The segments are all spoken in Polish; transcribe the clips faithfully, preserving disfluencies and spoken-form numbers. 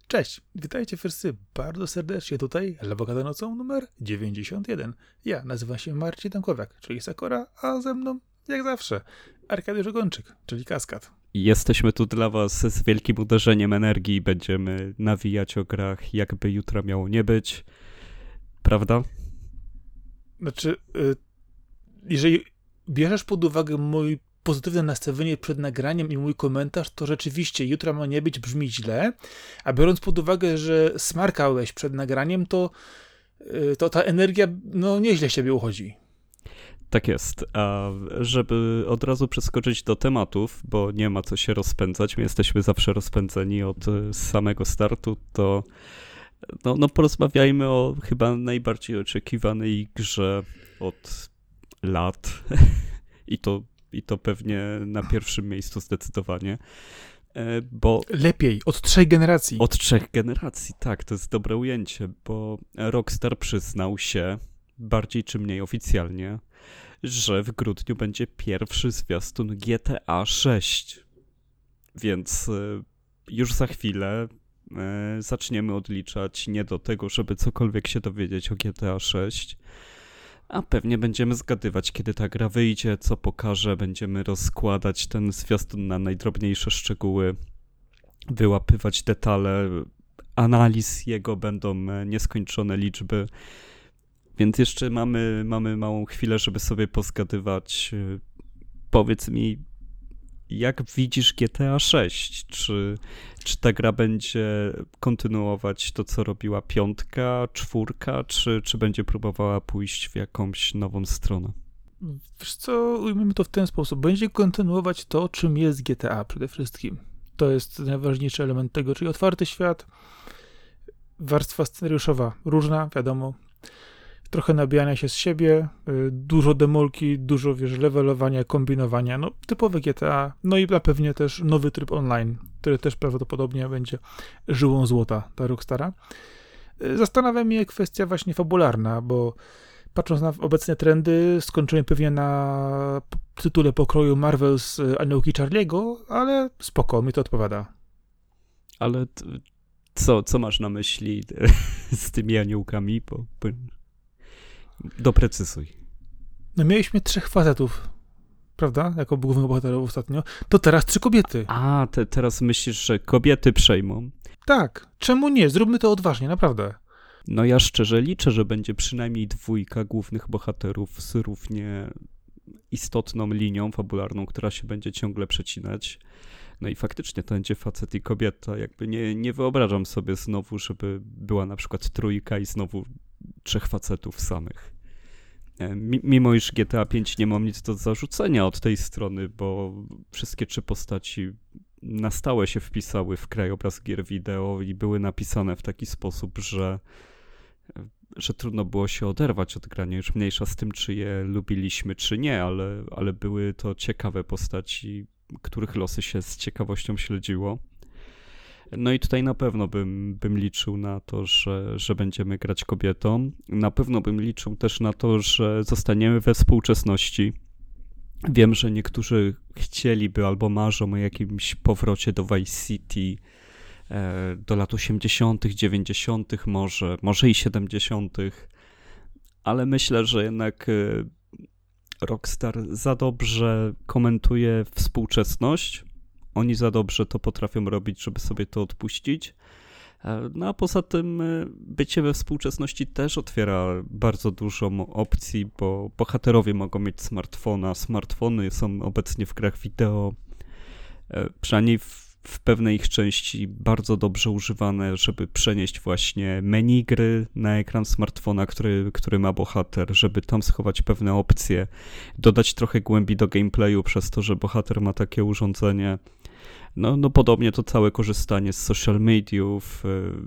Cześć, witajcie wszyscy bardzo serdecznie tutaj, Lewogada nocą numer dziewięćdziesiąt jeden. Ja nazywam się Marcin Tomkowiak, czyli Sakura, a ze mną, jak zawsze, Arkadiusz Ogończyk, czyli Kaskad. Jesteśmy tu dla was z wielkim uderzeniem energii, będziemy nawijać o grach, jakby jutra miało nie być, prawda? Znaczy, y, jeżeli bierzesz pod uwagę mój pozytywne nastawienie przed nagraniem i mój komentarz, to rzeczywiście jutra ma nie być, brzmi źle, a biorąc pod uwagę, że smarkałeś przed nagraniem, to, to ta energia no nieźle z ciebie uchodzi. Tak jest, a żeby od razu przeskoczyć do tematów, bo nie ma co się rozpędzać, my jesteśmy zawsze rozpędzeni od samego startu, to no, no porozmawiajmy o chyba najbardziej oczekiwanej grze od lat i to I to pewnie na pierwszym miejscu zdecydowanie, bo... Lepiej, od trzech generacji. Od trzech generacji, tak, to jest dobre ujęcie, bo Rockstar przyznał się, bardziej czy mniej oficjalnie, że w grudniu będzie pierwszy zwiastun G T A sześć. Więc już za chwilę zaczniemy odliczać nie do tego, żeby cokolwiek się dowiedzieć o G T A sześć, a pewnie będziemy zgadywać, kiedy ta gra wyjdzie, co pokaże, będziemy rozkładać ten zwiastun na najdrobniejsze szczegóły, wyłapywać detale, analiz jego będą nieskończone liczby, więc jeszcze mamy, mamy małą chwilę, żeby sobie pozgadywać. Powiedz mi, jak widzisz G T A sześć? Czy, czy ta gra będzie kontynuować to, co robiła piątka, czwórka, czy, czy będzie próbowała pójść w jakąś nową stronę? Wiesz co, ujmijmy to w ten sposób. Będzie kontynuować to, czym jest G T A przede wszystkim. To jest najważniejszy element tego, czyli otwarty świat, warstwa scenariuszowa różna, wiadomo, trochę nabijania się z siebie, dużo demolki, dużo, wiesz, levelowania, kombinowania, no typowe G T A, no i na pewnie też nowy tryb online, który też prawdopodobnie będzie żyłą złota dla Rockstara. Zastanawia mnie kwestia właśnie fabularna, bo patrząc na obecne trendy, skończymy pewnie na tytule pokroju Marvel's Aniołki Charlie'ego, ale spoko, mi to odpowiada. Ale t- co, co masz na myśli z tymi aniołkami? Bo, bo... Doprecyzuj. No mieliśmy trzech facetów, prawda, jako głównych bohaterów ostatnio, to teraz trzy kobiety. A, te, teraz myślisz, że kobiety przejmą? Tak, czemu nie? Zróbmy to odważnie, naprawdę. No ja szczerze liczę, że będzie przynajmniej dwójka głównych bohaterów z równie istotną linią fabularną, która się będzie ciągle przecinać. No i faktycznie to będzie facet i kobieta. Jakby nie, nie wyobrażam sobie znowu, żeby była na przykład trójka i znowu trzech facetów samych. Mimo iż G T A pięć nie mam nic do zarzucenia od tej strony, bo wszystkie trzy postaci na stałe się wpisały w krajobraz gier wideo i były napisane w taki sposób, że, że trudno było się oderwać od grania. Już mniejsza z tym, czy je lubiliśmy, czy nie, ale, ale były to ciekawe postaci, których losy się z ciekawością śledziło. No i tutaj na pewno bym, bym liczył na to, że, że będziemy grać kobietą. Na pewno bym liczył też na to, że zostaniemy we współczesności. Wiem, że niektórzy chcieliby albo marzą o jakimś powrocie do Vice City, do lat osiemdziesiątych, dziewięćdziesiątych może, może i siedemdziesiątych, ale myślę, że jednak Rockstar za dobrze komentuje współczesność. Oni za dobrze to potrafią robić, żeby sobie to odpuścić. No a poza tym bycie we współczesności też otwiera bardzo dużo opcji, bo bohaterowie mogą mieć smartfona. Smartfony są obecnie w grach wideo, przynajmniej w, w pewnej ich części bardzo dobrze używane, żeby przenieść właśnie menu gry na ekran smartfona, który, który ma bohater, żeby tam schować pewne opcje, dodać trochę głębi do gameplayu przez to, że bohater ma takie urządzenie. No, no podobnie to całe korzystanie z social mediów.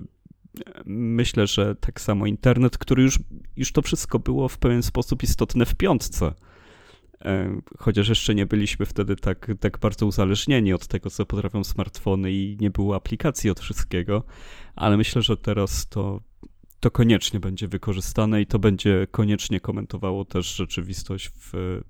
Myślę, że tak samo internet, który już, już to wszystko było w pewien sposób istotne w piątce. Chociaż jeszcze nie byliśmy wtedy tak, tak bardzo uzależnieni od tego, co potrafią smartfony i nie było aplikacji od wszystkiego, ale myślę, że teraz to, to koniecznie będzie wykorzystane i to będzie koniecznie komentowało też rzeczywistość w,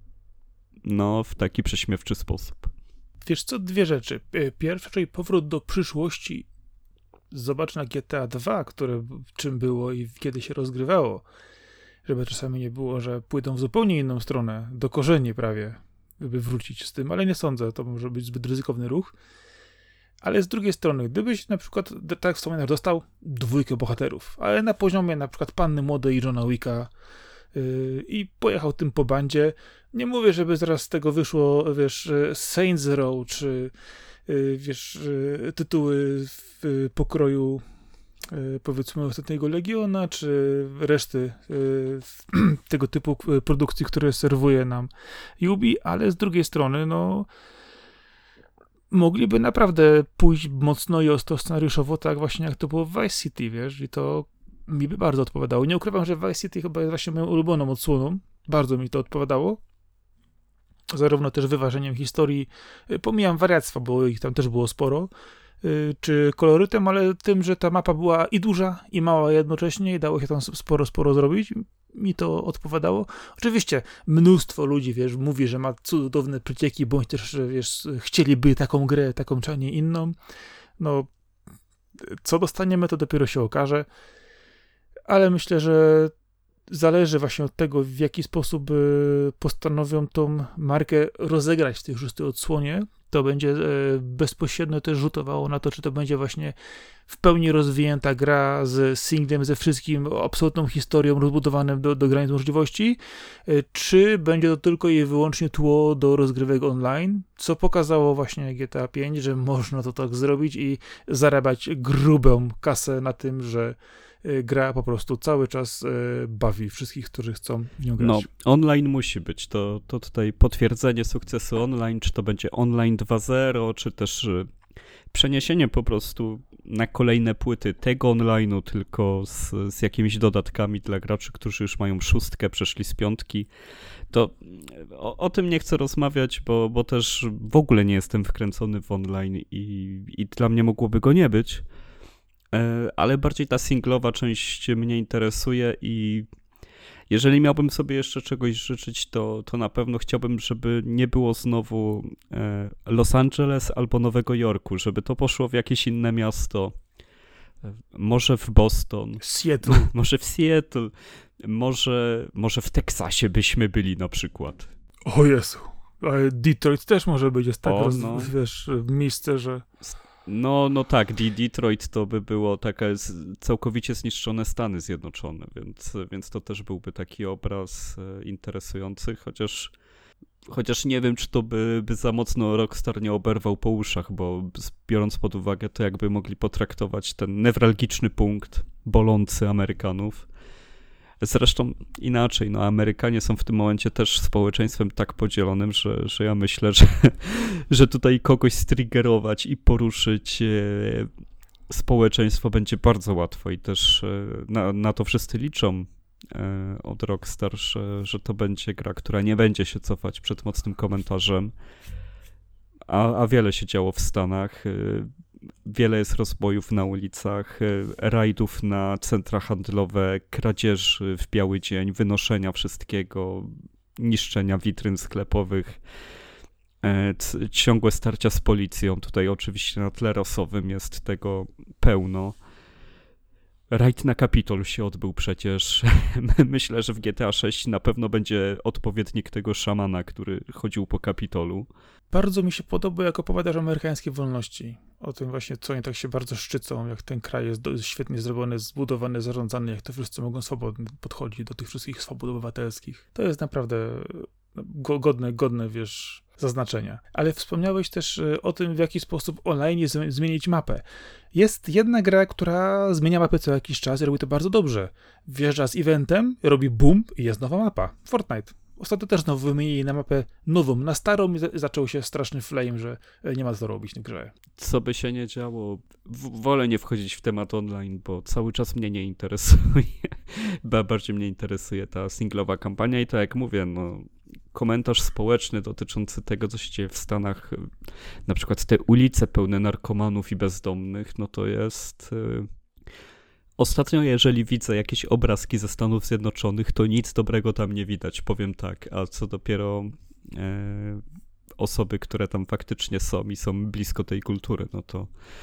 no, w taki prześmiewczy sposób. Wiesz co, dwie rzeczy. Pierwsza, czyli powrót do przyszłości zobacz na G T A dwa, które czym było i kiedy się rozgrywało. Żeby czasami nie było, że pójdą w zupełnie inną stronę, do korzeni prawie, by wrócić z tym, ale nie sądzę, to może być zbyt ryzykowny ruch. Ale z drugiej strony, gdybyś na przykład, tak jak wspomniałem, dostał dwójkę bohaterów, ale na poziomie na przykład Panny Młodej i Johna Wicka yy, i pojechał tym po bandzie, nie mówię, żeby zaraz z tego wyszło, wiesz, Saints Row, czy yy, wiesz, yy, tytuły w pokroju yy, powiedzmy Ostatniego Legiona, czy reszty yy, tego typu produkcji, które serwuje nam Ubi, ale z drugiej strony, no mogliby naprawdę pójść mocno i ostro scenariuszowo, tak właśnie jak to było w Vice City, wiesz, i to mi by bardzo odpowiadało. Nie ukrywam, że Vice City chyba jest właśnie moją ulubioną odsłoną, bardzo mi to odpowiadało, zarówno też wyważeniem historii, pomijam wariactwa, bo ich tam też było sporo, czy kolorytem, ale tym, że ta mapa była i duża, i mała jednocześnie i dało się tam sporo, sporo zrobić, mi to odpowiadało. Oczywiście mnóstwo ludzi, wiesz, mówi, że ma cudowne przecieki, bądź też, wiesz, chcieliby taką grę, taką czy nie inną. No, co dostaniemy, to dopiero się okaże, ale myślę, że zależy właśnie od tego, w jaki sposób postanowią tą markę rozegrać w tej szóstej odsłonie. To będzie bezpośrednio też rzutowało na to, czy to będzie właśnie w pełni rozwinięta gra z singlem, ze wszystkim, absolutną historią rozbudowanym do, do granic możliwości, czy będzie to tylko i wyłącznie tło do rozgrywek online, co pokazało właśnie G T A pięć, że można to tak zrobić i zarabiać grubą kasę na tym, że gra po prostu cały czas bawi wszystkich, którzy chcą w nią grać. No, online musi być. To, to tutaj potwierdzenie sukcesu online, czy to będzie online dwa zero, czy też przeniesienie po prostu na kolejne płyty tego online'u, tylko z, z jakimiś dodatkami dla graczy, którzy już mają szóstkę, przeszli z piątki. To o, o tym nie chcę rozmawiać, bo, bo też w ogóle nie jestem wkręcony w online i, i dla mnie mogłoby go nie być. Ale bardziej ta singlowa część mnie interesuje i jeżeli miałbym sobie jeszcze czegoś życzyć, to, to na pewno chciałbym, żeby nie było znowu Los Angeles albo Nowego Jorku, żeby to poszło w jakieś inne miasto, może w Boston, Seattle. może w Seattle, może, może w Teksasie byśmy byli na przykład. O Jezu, ale Detroit też może być, jest tak, o, roz, no. wiesz, miejsce, że... No, no tak, D- Detroit to by było takie całkowicie zniszczone Stany Zjednoczone, więc, więc to też byłby taki obraz interesujący, chociaż, chociaż nie wiem, czy to by, by za mocno Rockstar nie oberwał po uszach, bo biorąc pod uwagę to, jakby mogli potraktować ten newralgiczny punkt bolący Amerykanów. Zresztą inaczej, no Amerykanie są w tym momencie też społeczeństwem tak podzielonym, że, że ja myślę, że, że tutaj kogoś striggerować i poruszyć e, społeczeństwo będzie bardzo łatwo i też e, na, na to wszyscy liczą e, od Rockstar, że, że to będzie gra, która nie będzie się cofać przed mocnym komentarzem, a, a wiele się działo w Stanach. E, Wiele jest rozbojów na ulicach, rajdów na centra handlowe, kradzieży w biały dzień, wynoszenia wszystkiego, niszczenia witryn sklepowych, c- ciągłe starcia z policją. Tutaj oczywiście na tle rasowym jest tego pełno. Rajd na Kapitol się odbył przecież. Myślę, że w G T A sześć na pewno będzie odpowiednik tego szamana, który chodził po Kapitolu. Bardzo mi się podoba, jak opowiadasz o amerykańskiej wolności. O tym właśnie, co oni tak się bardzo szczycą, jak ten kraj jest do, świetnie zrobiony, zbudowany, zarządzany, jak to wszyscy mogą swobodnie podchodzić do tych wszystkich swobód obywatelskich. To jest naprawdę godne, godne, wiesz, zaznaczenia. Ale wspomniałeś też o tym, w jaki sposób online zmienić mapę. Jest jedna gra, która zmienia mapę co jakiś czas i robi to bardzo dobrze. Wjeżdża z eventem, robi boom i jest nowa mapa. Fortnite. Ostatnio też znowu wymienili na mapę nową, na starą i zaczął się straszny flame, że nie ma co robić na grze. Co by się nie działo, w- wolę nie wchodzić w temat online, bo cały czas mnie nie interesuje. Bardziej mnie interesuje ta singlowa kampania i tak jak mówię, no komentarz społeczny dotyczący tego, co się dzieje w Stanach, na przykład te ulice pełne narkomanów i bezdomnych, no to jest... Yy... Ostatnio, jeżeli widzę jakieś obrazki ze Stanów Zjednoczonych, to nic dobrego tam nie widać, powiem tak, a co dopiero e, osoby, które tam faktycznie są i są blisko tej kultury, no to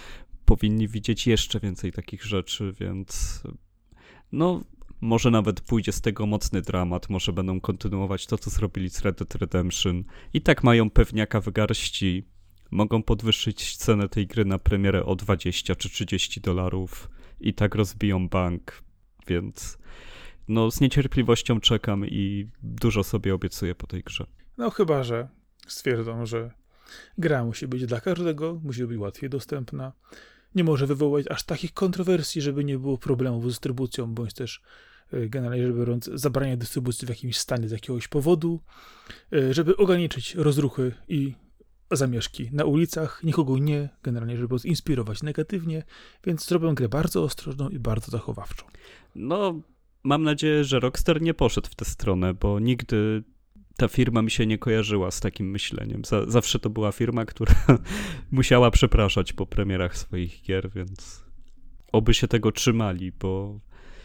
powinni widzieć jeszcze więcej takich rzeczy, więc no może nawet pójdzie z tego mocny dramat, może będą kontynuować to, co zrobili z Red Dead Redemption. I tak mają pewniaka w garści, mogą podwyższyć cenę tej gry na premierę o dwadzieścia czy trzydzieści dolarów i tak rozbiją bank, więc no z niecierpliwością czekam i dużo sobie obiecuję po tej grze. No chyba, że stwierdzą, że gra musi być dla każdego, musi być łatwiej dostępna, nie może wywołać aż takich kontrowersji, żeby nie było problemów z dystrybucją, bądź też generalnie rzecz biorąc zabrania dystrybucji w jakimś stanie z jakiegoś powodu, żeby ograniczyć rozruchy i zamieszki na ulicach, nikogo nie, generalnie rzecz biorąc, inspirować negatywnie, więc zrobią grę bardzo ostrożną i bardzo zachowawczą. No, mam nadzieję, że Rockstar nie poszedł w tę stronę, bo nigdy ta firma mi się nie kojarzyła z takim myśleniem. Z- zawsze to była firma, która musiała przepraszać po premierach swoich gier, więc oby się tego trzymali, bo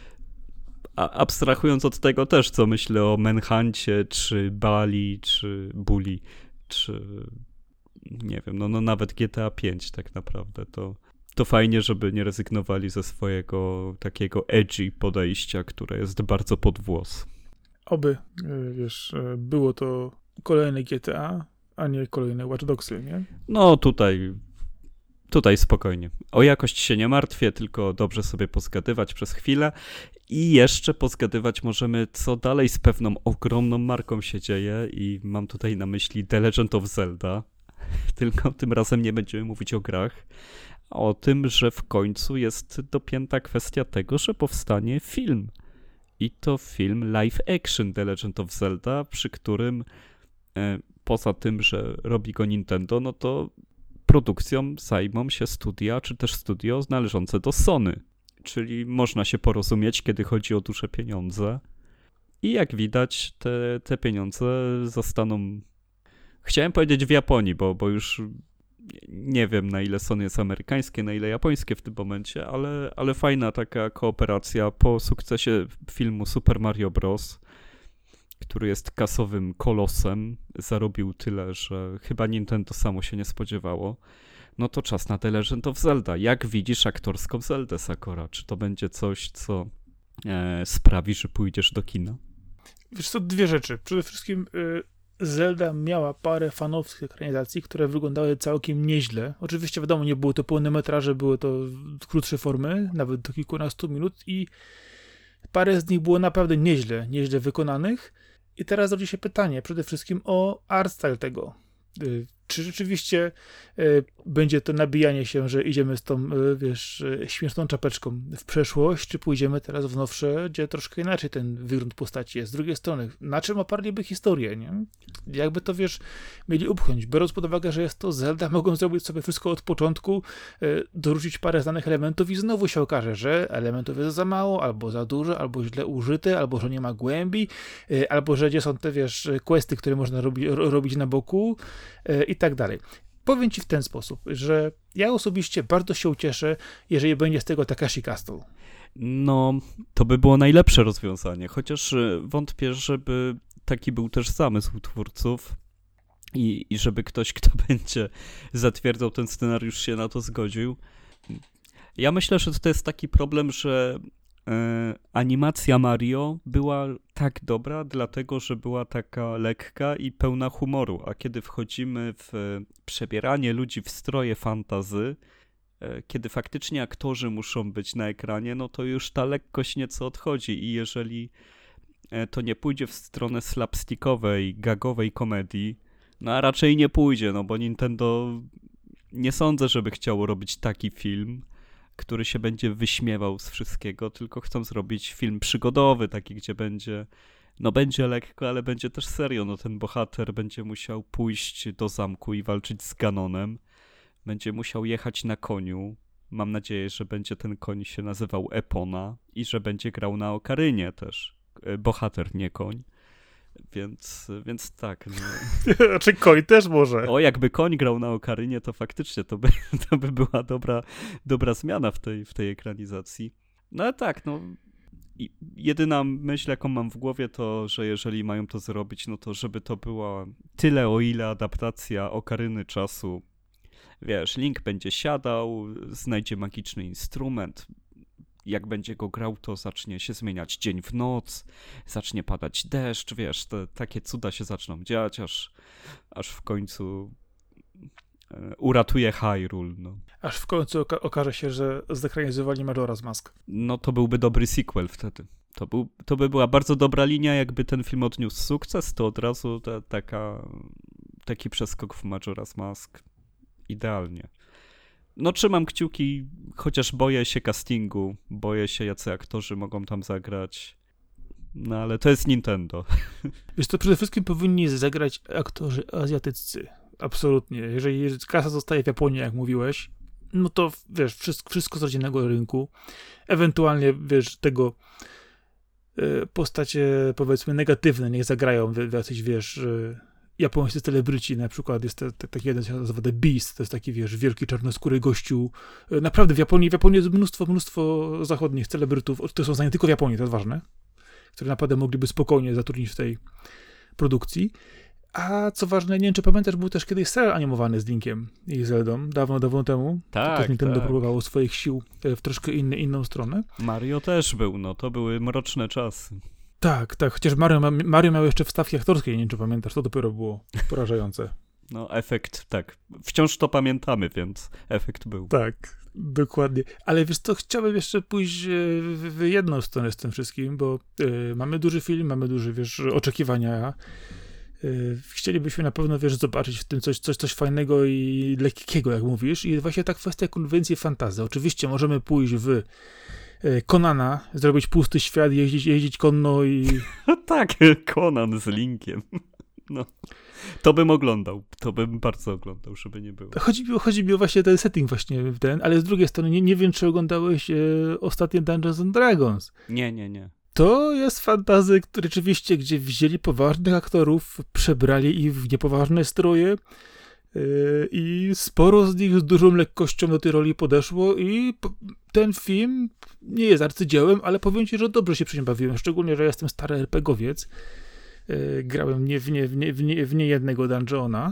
a abstrahując od tego też, co myślę o Manhuncie, czy Bali, czy Bully, czy nie wiem, no, no nawet G T A pięć tak naprawdę, to, to fajnie, żeby nie rezygnowali ze swojego takiego edgy podejścia, które jest bardzo pod włos. Oby, wiesz, było to kolejne G T A, a nie kolejne Watch Dogsy, nie? No tutaj, tutaj spokojnie. O jakość się nie martwię, tylko dobrze sobie pozgadywać przez chwilę i jeszcze pozgadywać możemy, co dalej z pewną ogromną marką się dzieje i mam tutaj na myśli The Legend of Zelda, tylko tym razem nie będziemy mówić o grach, a o tym, że w końcu jest dopięta kwestia tego, że powstanie film. I to film live action The Legend of Zelda, przy którym e, poza tym, że robi go Nintendo, no to produkcją zajmą się studia, czy też studio należące do Sony. Czyli można się porozumieć, kiedy chodzi o duże pieniądze. I jak widać, te, te pieniądze zostaną... Chciałem powiedzieć w Japonii, bo, bo już nie wiem, na ile Sony jest amerykańskie, na ile japońskie w tym momencie, ale, ale fajna taka kooperacja po sukcesie filmu Super Mario Bros., który jest kasowym kolosem, zarobił tyle, że chyba Nintendo samo się nie spodziewało. No to czas na The Legend of Zelda. Jak widzisz aktorską Zeldę, Sakura? Czy to będzie coś, co e, sprawi, że pójdziesz do kina? Wiesz co, dwie rzeczy. Przede wszystkim y, Zelda miała parę fanowskich ekranizacji, które wyglądały całkiem nieźle. Oczywiście wiadomo, nie było to pełne metraże, były to krótsze formy, nawet do kilkunastu minut i parę z nich było naprawdę nieźle, nieźle wykonanych. I teraz rodzi się pytanie przede wszystkim o art style tego. Y, Czy rzeczywiście y, będzie to nabijanie się, że idziemy z tą, y, wiesz, y, śmieszną czapeczką w przeszłość, czy pójdziemy teraz w nowsze, gdzie troszkę inaczej ten wygląd postaci jest. Z drugiej strony, na czym oparliby historię, nie? Jakby to, wiesz, mieli upchnąć. Biorąc pod uwagę, że jest to Zelda, mogą zrobić sobie wszystko od początku, y, dorzucić parę znanych elementów i znowu się okaże, że elementów jest za mało, albo za dużo, albo źle użyte, albo że nie ma głębi, y, albo że gdzie są te, wiesz, questy, które można robi, ro, robić na boku, y, i tak dalej. Powiem ci w ten sposób, że ja osobiście bardzo się ucieszę, jeżeli będzie z tego Takashi Castle. No, to by było najlepsze rozwiązanie, chociaż wątpię, żeby taki był też zamysł twórców i, i żeby ktoś, kto będzie zatwierdzał ten scenariusz, się na to zgodził. Ja myślę, że to jest taki problem, że e, animacja Mario była tak dobra, dlatego, że była taka lekka i pełna humoru, a kiedy wchodzimy w przebieranie ludzi w stroje fantasy, e, kiedy faktycznie aktorzy muszą być na ekranie, no to już ta lekkość nieco odchodzi i jeżeli e, to nie pójdzie w stronę slapstickowej, gagowej komedii, no a raczej nie pójdzie, no bo Nintendo nie sądzę, żeby chciało robić taki film, który się będzie wyśmiewał z wszystkiego, tylko chcą zrobić film przygodowy, taki, gdzie będzie, no będzie lekko, ale będzie też serio, no ten bohater będzie musiał pójść do zamku i walczyć z Ganonem, będzie musiał jechać na koniu, mam nadzieję, że będzie ten koń się nazywał Epona i że będzie grał na okarynie też, bohater, nie koń. Więc, więc tak. No. Znaczy koń też może. O, jakby koń grał na okarynie, to faktycznie to by, to by była dobra, dobra zmiana w tej, w tej ekranizacji. No ale tak, no. I jedyna myśl, jaką mam w głowie, to, że jeżeli mają to zrobić, no to żeby to była tyle, o ile adaptacja Okaryny Czasu wiesz, Link będzie siadał, znajdzie magiczny instrument, jak będzie go grał, to zacznie się zmieniać dzień w noc, zacznie padać deszcz, wiesz, te, takie cuda się zaczną dziać, aż, aż w końcu e, uratuje Hyrule, no. Aż w końcu oka- okaże się, że zekranizowali Majora's Mask. No to byłby dobry sequel wtedy. To, był, to by była bardzo dobra linia, jakby ten film odniósł sukces, to od razu ta, taka, taki przeskok w Majora's Mask. Idealnie. No trzymam kciuki, chociaż boję się castingu, boję się, jacy aktorzy mogą tam zagrać. No ale to jest Nintendo. Wiesz, to przede wszystkim powinni zagrać aktorzy azjatyccy. Absolutnie. Jeżeli kasa zostaje w Japonii, jak mówiłeś, no to wiesz, wszystko, wszystko z rodzinnego rynku. Ewentualnie, wiesz, tego y, postacie, powiedzmy, negatywne niech zagrają w jacyś, wiesz, y, japońscy celebryci, na przykład jest te, te, taki jeden, się nazywa The Beast, to jest taki, wiesz, wielki czarnoskóry gościu. Y, naprawdę w Japonii, w Japonii jest mnóstwo, mnóstwo zachodnich celebrytów, to są znani tylko w Japonii, to jest ważne, które naprawdę mogliby spokojnie zatrudnić w tej produkcji. A co ważne, nie wiem, czy pamiętasz, był też kiedyś serial animowany z Linkiem i Zeldą, dawno, dawno temu. Tak, też Nintendo tak. próbowało swoich sił w troszkę inny, inną stronę. Mario też był, no to były mroczne czasy. Tak, tak, chociaż Mario, ma, Mario miał jeszcze wstawki aktorskie, nie wiem, czy pamiętasz, to dopiero było porażające. No efekt, tak. Wciąż to pamiętamy, więc efekt był. Tak, dokładnie. Ale wiesz co, chciałbym jeszcze pójść w, w jedną stronę z tym wszystkim, bo y, mamy duży film, mamy duże, wiesz, oczekiwania. Chcielibyśmy na pewno, wiesz, zobaczyć w tym coś, coś, coś fajnego i lekkiego, jak mówisz. I właśnie ta kwestia konwencji fantasy. Oczywiście możemy pójść w Conana, zrobić pusty świat, jeździć, jeździć konno i... Tak, Conan z Linkiem. No. To bym oglądał. To bym bardzo oglądał, żeby nie było. Chodzi mi, chodzi mi o właśnie ten setting właśnie ten, ale z drugiej strony nie, nie wiem, czy oglądałeś e, ostatnie Dungeons and Dragons. Nie, nie, nie. To jest fantasy, który rzeczywiście, gdzie wzięli poważnych aktorów, przebrali ich w niepoważne stroje yy, i sporo z nich z dużą lekkością do tej roli podeszło i p- ten film nie jest arcydziełem, ale powiem ci, że dobrze się przy nim bawiłem, szczególnie, że jestem stary erpegowiec. Yy, grałem nie w, nie, w, nie, w, nie, w niejednego dungeona.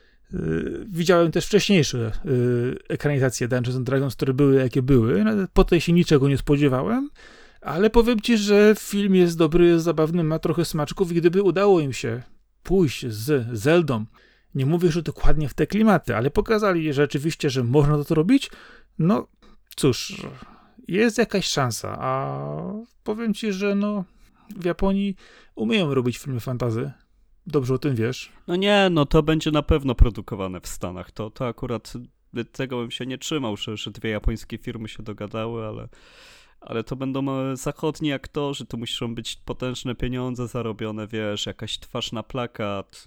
Yy, widziałem też wcześniejsze yy, ekranizacje Dungeons and Dragons, które były jakie były. Po tej się niczego nie spodziewałem. Ale powiem ci, że film jest dobry, jest zabawny, ma trochę smaczków i gdyby udało im się pójść z Zeldą, nie mówię, że dokładnie w te klimaty, ale pokazali rzeczywiście, że można to robić, no cóż, jest jakaś szansa, a powiem ci, że no w Japonii umieją robić filmy fantasy. Dobrze o tym wiesz. No nie, no to będzie na pewno produkowane w Stanach. To, to akurat tego bym się nie trzymał, że, że dwie japońskie firmy się dogadały, ale... Ale to będą zachodni aktorzy, to muszą być potężne pieniądze zarobione, wiesz, jakaś twarz na plakat.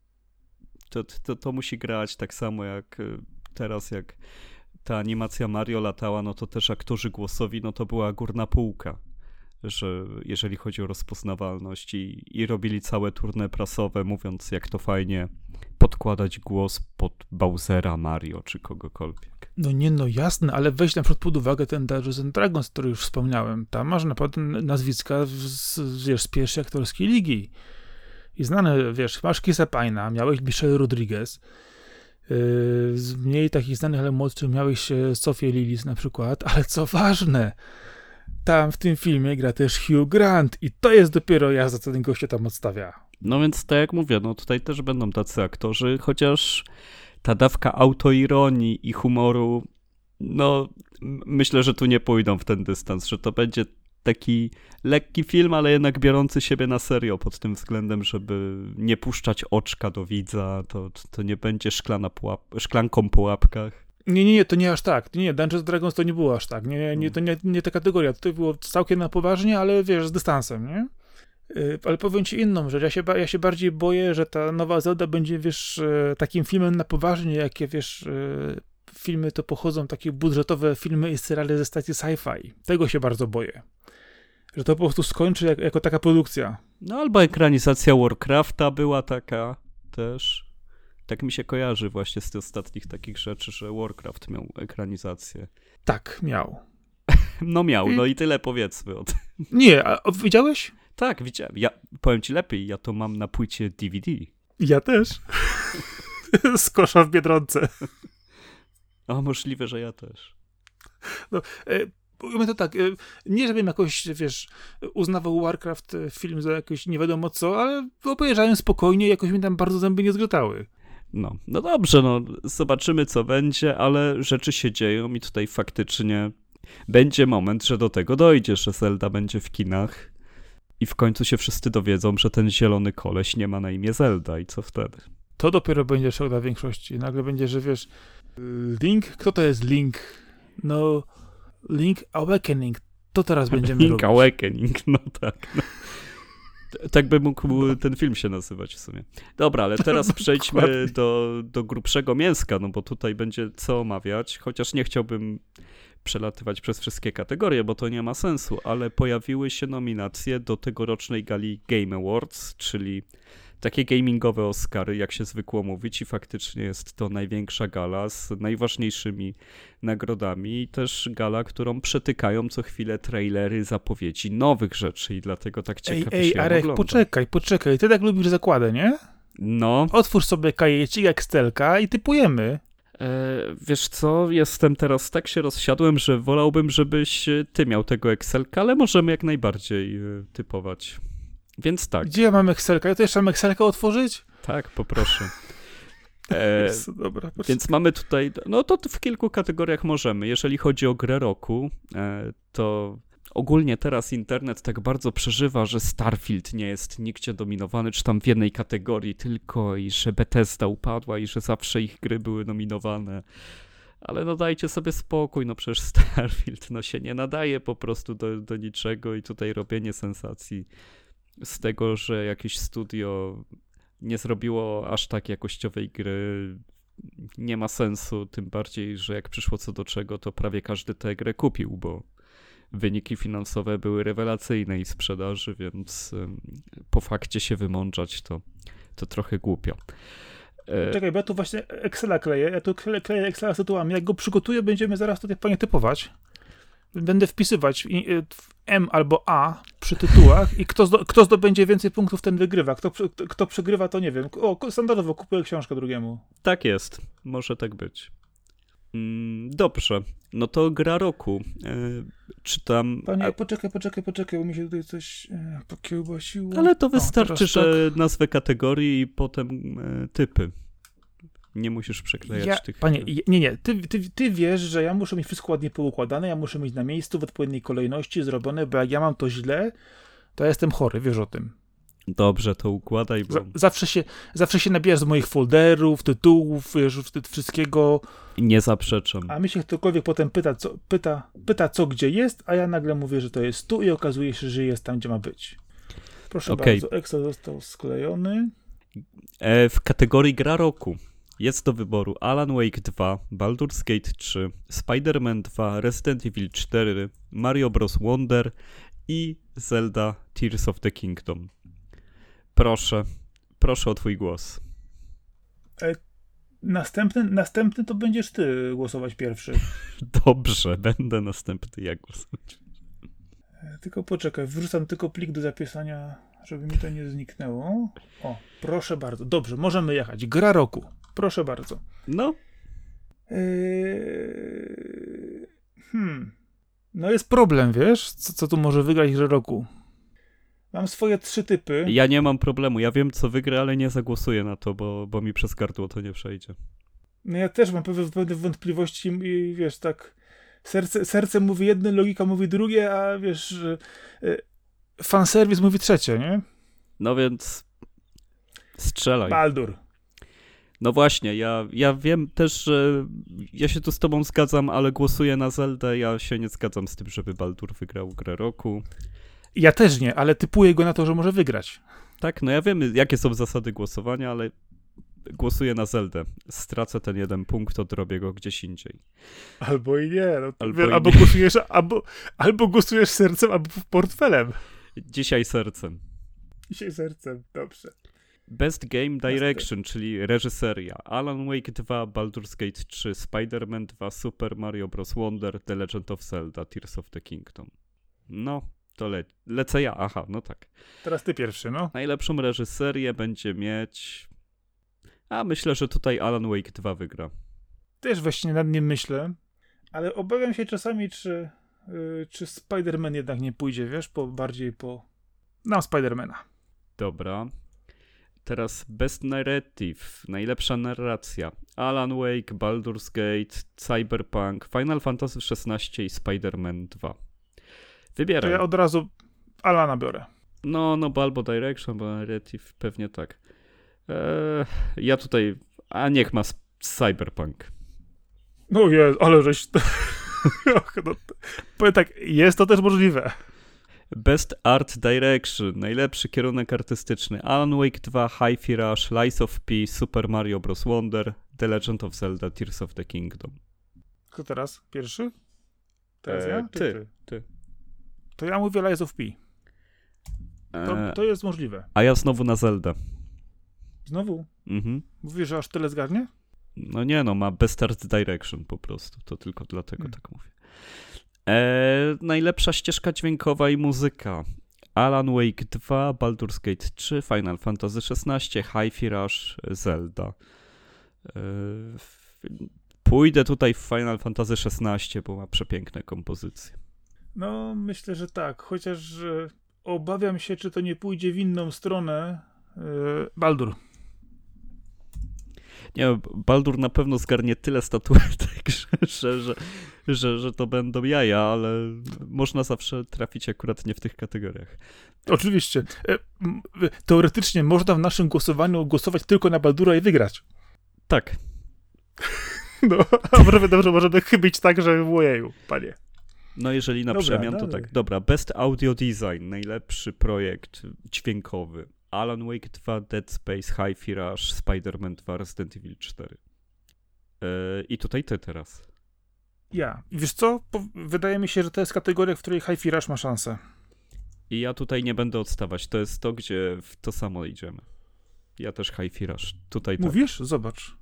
To, to, to musi grać tak samo jak teraz, jak ta animacja Mario latała, no to też aktorzy głosowi, no to była górna półka, że jeżeli chodzi o rozpoznawalność i, i robili całe tournée prasowe, mówiąc jak to fajnie podkładać głos pod Bowsera, Mario czy kogokolwiek. No nie, no jasne, ale weź na przykład pod uwagę ten Dungeons and Dragons, który już wspomniałem. Tam masz naprawdę nazwiska z, wiesz, z pierwszej aktorskiej ligi. I znane, wiesz, masz Chrisa Pine'a, miałeś Michelle Rodriguez, yy, z mniej takich znanych, ale młodszych miałeś Sofię Lillis na przykład, ale co ważne, tam w tym filmie gra też Hugh Grant i to jest dopiero jazda, co ten gościa tam odstawia. No więc tak jak mówię, no tutaj też będą tacy aktorzy, chociaż ta dawka autoironii i humoru, no myślę, że tu nie pójdą w ten dystans, że to będzie taki lekki film, ale jednak biorący siebie na serio pod tym względem, żeby nie puszczać oczka do widza, to, to nie będzie szklana pułap, szklanką po łapkach. Nie, nie, nie, to nie aż tak. Nie, Dungeons Dragons to nie było aż tak. Nie, nie, to nie, nie ta kategoria. To było całkiem na poważnie, ale wiesz, z dystansem, nie? Yy, ale powiem ci inną rzecz. Ja się, ja się bardziej boję, że ta nowa Zelda będzie, wiesz, yy, takim filmem na poważnie, jakie, wiesz, yy, filmy to pochodzą, takie budżetowe filmy i seriale ze stacji sci-fi. Tego się bardzo boję. Że to po prostu skończy jak, jako taka produkcja. No albo ekranizacja Warcrafta była taka też. Tak mi się kojarzy właśnie z tych ostatnich takich rzeczy, że Warcraft miał ekranizację. Tak, miał. No miał, no i tyle powiedzmy o tym. Nie, a, a widziałeś? Tak, widziałem. Ja powiem ci lepiej, ja to mam na płycie D V D. Ja też. Z kosza w Biedronce. A możliwe, że ja też. No, e, Mówimy to tak, nie żebym jakoś, wiesz, uznawał Warcraft film za jakoś nie wiadomo co, ale obejrzałem spokojnie i jakoś mi tam bardzo zęby nie zgrzytały. No, no dobrze, no zobaczymy co będzie, ale rzeczy się dzieją i tutaj faktycznie będzie moment, że do tego dojdzie, że Zelda będzie w kinach i w końcu się wszyscy dowiedzą, że ten zielony koleś nie ma na imię Zelda i co wtedy? To dopiero będzie szok dla większości. Nagle będzie, że wiesz, Link? Kto to jest Link? No... Link Awakening. To teraz będziemy Link robić. Awakening, no tak. No. Tak by mógł ten film się nazywać w sumie. Dobra, ale teraz przejdźmy do, do grubszego mięska, no bo tutaj będzie co omawiać, chociaż nie chciałbym przelatywać przez wszystkie kategorie, bo to nie ma sensu, ale pojawiły się nominacje do tegorocznej gali Game Awards, czyli takie gamingowe Oscary, jak się zwykło mówić, i faktycznie jest to największa gala z najważniejszymi nagrodami i też gala, którą przetykają co chwilę trailery, zapowiedzi nowych rzeczy i dlatego tak ciekawie ej, ej, się ją Arek, ogląda. poczekaj, poczekaj, ty tak lubisz zakładę, nie? No. Otwórz sobie kajecik, Excelka i typujemy. E, wiesz co, jestem teraz, tak się rozsiadłem, że wolałbym, żebyś ty miał tego Excelka, ale możemy jak najbardziej e, typować. Więc tak. Gdzie ja mam Excelka? Ja to jeszcze mam Excelka otworzyć? Tak, poproszę. E, Dobra, więc mamy tutaj, no to w kilku kategoriach możemy. Jeżeli chodzi o grę roku, e, to ogólnie teraz internet tak bardzo przeżywa, że Starfield nie jest nigdzie dominowany, czy tam w jednej kategorii tylko i że Bethesda upadła i że zawsze ich gry były nominowane. Ale no dajcie sobie spokój, no przecież Starfield no się nie nadaje po prostu do, do niczego i tutaj robienie sensacji z tego, że jakieś studio nie zrobiło aż tak jakościowej gry, nie ma sensu, tym bardziej, że jak przyszło co do czego, to prawie każdy tę grę kupił, bo wyniki finansowe były rewelacyjne i sprzedaży, więc po fakcie się wymądrzać to, to trochę głupio. Czekaj, bo ja tu właśnie Excela kleję, ja tu kleję Excela z tytułami, jak go przygotuję, będziemy zaraz tutaj panie typować. Będę wpisywać M albo A przy tytułach i kto, zdo, kto zdobędzie więcej punktów, ten wygrywa. Kto, kto przegrywa, to nie wiem. O, standardowo kupuję książkę drugiemu. Tak jest, może tak być. Dobrze, no to gra roku. Czytam... Panie, a... poczekaj, poczekaj, poczekaj, bo mi się tutaj coś e, pokiełbasiło. Ale to wystarczy, o, że tak. nazwę kategorii i potem e, typy. Nie musisz przeklejać ja, tych... Panie, nie, nie, ty, ty, ty wiesz, że ja muszę mieć wszystko ładnie poukładane, ja muszę mieć na miejscu w odpowiedniej kolejności zrobione, bo jak ja mam to źle, to ja jestem chory, wiesz o tym. Dobrze, to układaj, bo... Z- zawsze się, zawsze się nabijasz z moich folderów, tytułów, wiesz, wszystkiego. Nie zaprzeczam. A mi się ktokolwiek potem pyta co, pyta, pyta, co gdzie jest, a ja nagle mówię, że to jest tu i okazuje się, że jest tam, gdzie ma być. Proszę okay. bardzo, Excel został sklejony. E, w kategorii gra roku jest do wyboru Alan Wake dwa, Baldur's Gate trzy, Spider-Man dwa, Resident Evil cztery, Mario Bros. Wonder i Zelda Tears of the Kingdom. Proszę, proszę o twój głos. E, następny, następny to będziesz ty głosować pierwszy. Dobrze, będę następny ja głosować. E, tylko poczekaj, wrzucam tylko plik do zapisania, żeby mi to nie zniknęło. O, proszę bardzo. Dobrze, możemy jechać. Gra roku. Proszę bardzo. No. Eee... Hmm. No jest problem, wiesz? Co, co tu może wygrać grę roku? Mam swoje trzy typy. Ja nie mam problemu. Ja wiem, co wygra, ale nie zagłosuję na to, bo, bo mi przez gardło to nie przejdzie. No ja też mam pewne, pewne wątpliwości i wiesz, tak serce, serce mówi jedno, logika mówi drugie, a wiesz, e, fanserwis mówi trzecie, nie? No więc strzelaj. Baldur. No właśnie, ja, ja wiem też, że ja się tu z tobą zgadzam, ale głosuję na Zeldę. Ja się nie zgadzam z tym, żeby Baldur wygrał grę roku. Ja też nie, ale typuję go na to, że może wygrać. Tak, no ja wiem, jakie są zasady głosowania, ale głosuję na Zeldę. Stracę ten jeden punkt, odrobię go gdzieś indziej. Albo i nie. No albo, wiesz, i albo, nie. Głosujesz, albo, albo głosujesz sercem, albo portfelem. Dzisiaj sercem. Dzisiaj sercem, dobrze. Best Game Direction, czyli reżyseria. Alan Wake dwa, Baldur's Gate trzy, Spider-Man dwa, Super Mario Bros. Wonder, The Legend of Zelda, Tears of the Kingdom. No, to le- lecę ja. Aha, no tak. Teraz ty pierwszy, no. Najlepszą reżyserię będzie mieć... A myślę, że tutaj Alan Wake dwa wygra. Też właśnie nad nim myślę, ale obawiam się czasami, czy, yy, czy Spider-Man jednak nie pójdzie, wiesz, po, bardziej po... na Spider-Mana. Dobra. Teraz Best Narrative, najlepsza narracja. Alan Wake, Baldur's Gate, Cyberpunk, Final Fantasy szesnaście i Spider-Man dwa. Wybieraj. To ja od razu Alana biorę. No, no, bo albo Direction, albo Narrative, pewnie tak. Eee, ja tutaj, a niech ma Cyberpunk. No jest, ale żeś... no, powiem tak, jest to też możliwe. Best Art Direction, najlepszy kierunek artystyczny. Alan Wake dwa, Hi-Fi Rush, Lies of P, Super Mario Bros. Wonder, The Legend of Zelda, Tears of the Kingdom. Kto teraz? Pierwszy? Teraz eee, ja? Ty, ty, ty. To ja mówię Lies of P. To, to jest możliwe. A ja znowu na Zelda. Znowu? Mhm. Mówisz, że aż tyle zgarnie? No nie no, ma Best Art Direction po prostu. To tylko dlatego hmm. tak mówię. Eee, najlepsza ścieżka dźwiękowa i muzyka. Alan Wake dwa, Baldur's Gate trzy, Final Fantasy szesnaście, Hi-Fi Rush, Zelda. Eee, pójdę tutaj w Final Fantasy szesnaście, bo ma przepiękne kompozycje. No, myślę, że tak. Chociaż e, obawiam się, czy to nie pójdzie w inną stronę. E, Baldur. Nie, Baldur na pewno zgarnie tyle statuetek, że, że, że, że to będą jaja, ale można zawsze trafić akurat nie w tych kategoriach. Oczywiście. E, m, teoretycznie można w naszym głosowaniu głosować tylko na Baldura i wygrać. Tak. No, a może dobrze, możemy chybić tak, że ojeju, panie. No jeżeli na Dobra, przemian, to dalej. tak. Dobra, Best Audio Design, najlepszy projekt dźwiękowy. Alan Wake dwa, Dead Space, Hi-Fi Rush, Spider-Man dwa, Resident Evil cztery. Yy, I tutaj ty teraz. Ja. I wiesz co? Po, wydaje mi się, że to jest kategoria, w której Hi-Fi Rush ma szansę. I ja tutaj nie będę odstawać. To jest to, gdzie w to samo idziemy. Ja też Hi-Fi Rush. Tutaj tak. Mówisz? Zobacz.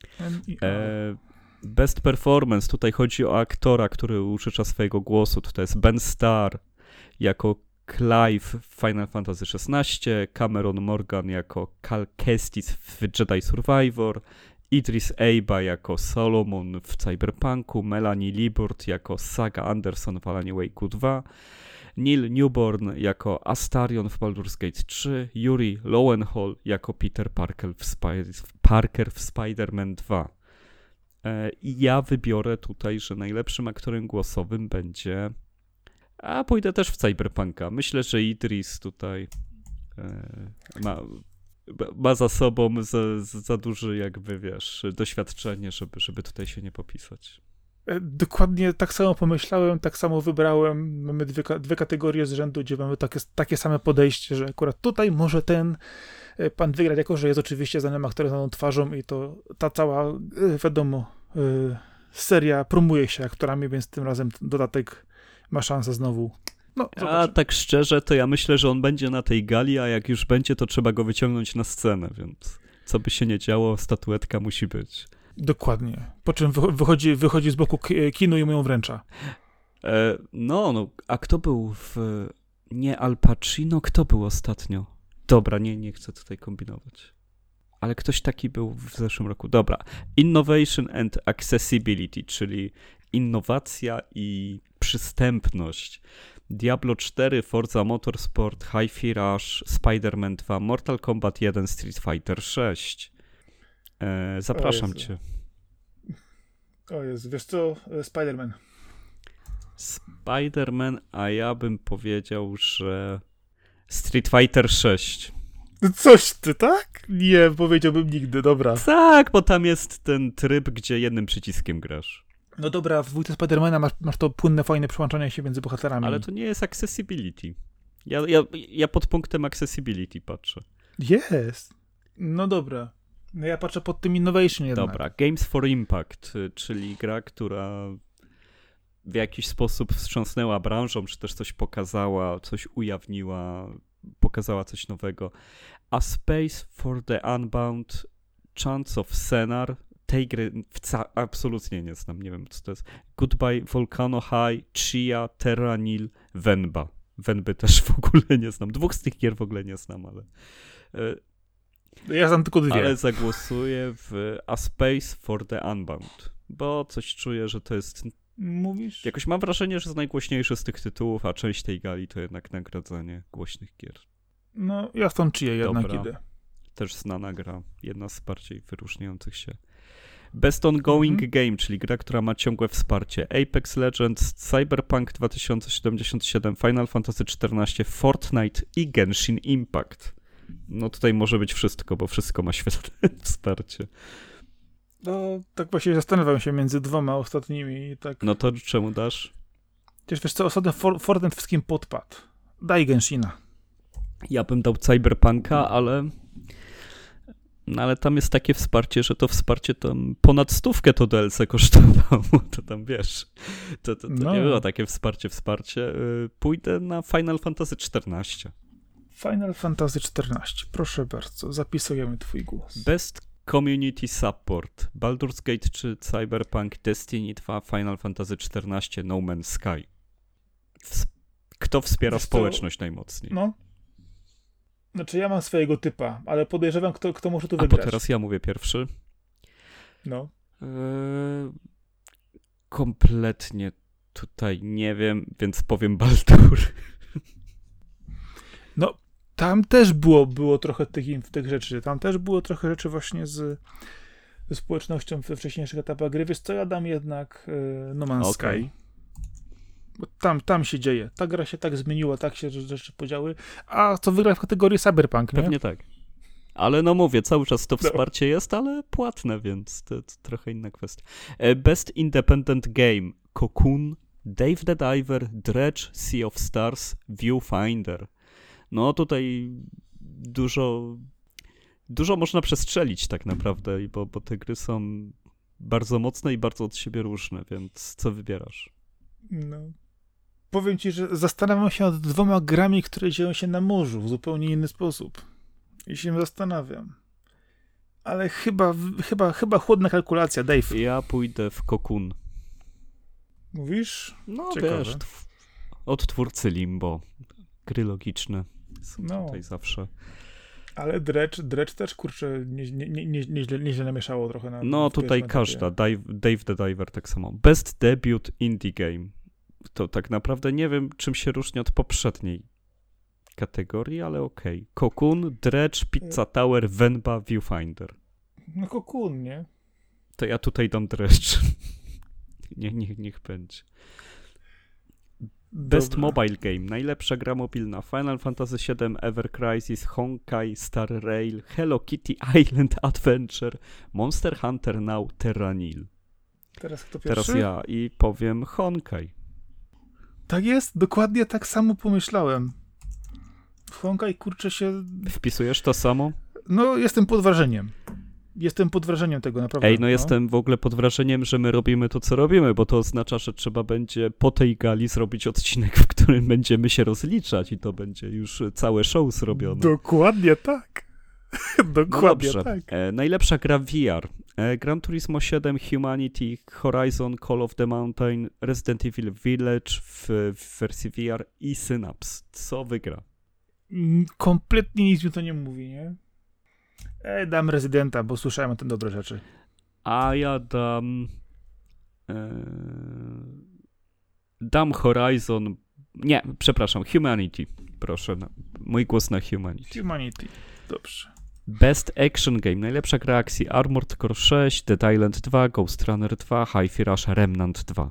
E, best Performance. Tutaj chodzi o aktora, który użycza swojego głosu. To jest Ben Starr jako Clive w Final Fantasy szesnaście, Cameron Morgan jako Cal Kestis w Jedi Survivor, Idris Elba jako Solomon w Cyberpunku, Melanie Liburd jako Saga Anderson w Alanie Wake'u dwa, Neil Newborn jako Astarion w Baldur's Gate trzy, Yuri Lowenhall jako Peter Parker w, Spy- Parker w Spider-Man dwa. E, I ja wybiorę tutaj, że najlepszym aktorem głosowym będzie... A pójdę też w Cyberpunka. Myślę, że Idris tutaj e, ma, ma za sobą za, za duży jakby, wiesz, doświadczenie, żeby, żeby tutaj się nie popisać. Dokładnie tak samo pomyślałem, tak samo wybrałem. Mamy dwie, dwie kategorie z rzędu, gdzie mamy takie, takie same podejście, że akurat tutaj może ten pan wygrać, jako że jest oczywiście znanym aktorem, znaną twarzą i to ta cała, wiadomo, seria promuje się aktorami, więc tym razem dodatek ma szansę znowu. No, a tak szczerze, to ja myślę, że on będzie na tej gali, a jak już będzie, to trzeba go wyciągnąć na scenę, więc co by się nie działo, statuetka musi być. Dokładnie. Po czym wychodzi, wychodzi z boku kinu i mu ją wręcza. E, no, no, a kto był w... Nie Al Pacino, kto był ostatnio? Dobra, nie, nie chcę tutaj kombinować. Ale ktoś taki był w zeszłym roku. Dobra. Innovation and Accessibility, czyli innowacja i przystępność. Diablo cztery, Forza Motorsport, Hi-Fi Rush, Spider-Man dwa, Mortal Kombat jeden, Street Fighter sześć. E, zapraszam cię. O Jezu, wiesz co? Spider-Man. Spider-Man, a ja bym powiedział, że Street Fighter sześć. Coś ty, tak? Nie, powiedziałbym nigdy, dobra. Tak, bo tam jest ten tryb, gdzie jednym przyciskiem grasz. No dobra, w dwójce Spidermana masz, masz to płynne, fajne przełączanie się między bohaterami. Ale to nie jest accessibility. Ja, ja, ja pod punktem accessibility patrzę. Jest. No dobra. No ja patrzę pod tym innovation jednak. Dobra, Games for Impact, czyli gra, która w jakiś sposób wstrząsnęła branżą, czy też coś pokazała, coś ujawniła, pokazała coś nowego. A Space for the Unbound, Chance of Senar, tej gry wca- absolutnie nie znam, nie wiem co to jest. Goodbye Volcano High, Chia, Terranil, Venba. Venby też w ogóle nie znam. Dwóch z tych gier w ogóle nie znam, ale... Ja znam tylko dwie. Ale zagłosuję w A Space for the Unbound. bo coś czuję, że to jest... Mówisz? Jakoś mam wrażenie, że jest najgłośniejszy z tych tytułów, a część tej gali to jednak nagradzanie głośnych gier. No, ja w tą czyję jednak Dobra. idę. Też znana gra, jedna z bardziej wyróżniających się. Best Ongoing Mhm. Game, czyli gra, która ma ciągłe wsparcie. Apex Legends, Cyberpunk dwa tysiące siedemdziesiąt siedem, Final Fantasy czternaście, Fortnite i Genshin Impact. No tutaj może być wszystko, bo wszystko ma świetne wsparcie. No, tak właśnie zastanawiam się między dwoma ostatnimi i tak... No to czemu dasz? Wiesz, wiesz co, ostatnio For- Fortnite wszystkim podpadł. Daj Genshina. Ja bym dał Cyberpunka, ale... No ale tam jest takie wsparcie, że to wsparcie tam ponad stówkę to D L C kosztowało, to tam wiesz, to, to, to No. nie było takie wsparcie, wsparcie. Pójdę na Final Fantasy czternaście. Final Fantasy czternaście. Proszę bardzo, zapisujemy twój głos. Best Community Support, Baldur's Gate trzy, Cyberpunk, Destiny dwa, Final Fantasy czternaście, No Man's Sky. Ws- Kto wspiera Wiesz co? społeczność najmocniej? No. Znaczy ja mam swojego typa, ale podejrzewam, kto, kto może tu A bo wygrać. teraz ja mówię pierwszy. No. Eee, kompletnie tutaj nie wiem, więc powiem Baldur. No, tam też było, było trochę tych, tych rzeczy. Tam też było trochę rzeczy właśnie z, ze społecznością we wcześniejszych etapach gry. Wiesz co, ja dam jednak y, No Man's Okej. Sky. Bo tam, tam się dzieje. Ta gra się tak zmieniła, tak się rzeczy podziały. A co wygra w kategorii Cyberpunk, nie? Pewnie tak. Ale no mówię, cały czas to No. wsparcie jest, ale płatne, więc to, to trochę inna kwestia. E, Best Independent Game, Cocoon, Dave the Diver, Dredge, Sea of Stars, Viewfinder. No tutaj dużo, dużo można przestrzelić tak naprawdę, bo, bo te gry są bardzo mocne i bardzo od siebie różne, więc co wybierasz? No. Powiem ci, że zastanawiam się nad dwoma grami, które dzieją się na morzu w zupełnie inny sposób. I się zastanawiam. Ale chyba, chyba, chyba chłodna kalkulacja, Dave. Ja pójdę w Cocoon. Mówisz? No Ciekawe. wiesz, tw- od twórcy Limbo. Gry logiczne są No. tutaj zawsze. Ale Dredge, Dredge też, kurczę, nie, nie, nie, nie, nieźle, nieźle namieszało trochę na... No w tutaj pierwszym etapie. każda. Dave, Dave the Diver tak samo. Best Debut Indie Game. To tak naprawdę nie wiem, czym się różni od poprzedniej kategorii, ale okej. Okay. Cocoon, Dredge, Pizza Tower, Venba, Viewfinder. No Cocoon, nie? To ja tutaj dam Dredge. nie, nie, niech będzie. Best Dobra. Mobile Game. Najlepsza gra mobilna. Final Fantasy siedem, Ever Crisis, Honkai, Star Rail, Hello Kitty Island Adventure, Monster Hunter Now, Terranil. Teraz kto pierwszy? Teraz ja i powiem Honkai. Tak jest, dokładnie tak samo pomyślałem. W Honkai, kurczę się... Wpisujesz to samo? No, jestem pod wrażeniem. Jestem pod wrażeniem tego, naprawdę. Ej, no jestem w ogóle pod wrażeniem, że my robimy to, co robimy, bo to oznacza, że trzeba będzie po tej gali zrobić odcinek, w którym będziemy się rozliczać i to będzie już całe show zrobione. Dokładnie tak. No Dokładnie dobrze. tak. E, najlepsza gra V R. E, Gran Turismo siedem, Humanity, Horizon, Call of the Mountain, Resident Evil Village w, w wersji V R i Synapse. Co wygra? Mm, Kompletnie nic mi to nie mówi, nie? Ej, dam Rezydenta, bo słyszałem o tym dobre rzeczy. A ja dam... E, dam Horizon... Nie, przepraszam, Humanity. Proszę, na, mój głos na Humanity. Humanity. Dobrze. Best Action Game. Najlepsza gra akcji Armored Core sześć, Dead Island dwa, Ghost Runner dwa, Hi-Fi Rush, Remnant dwa.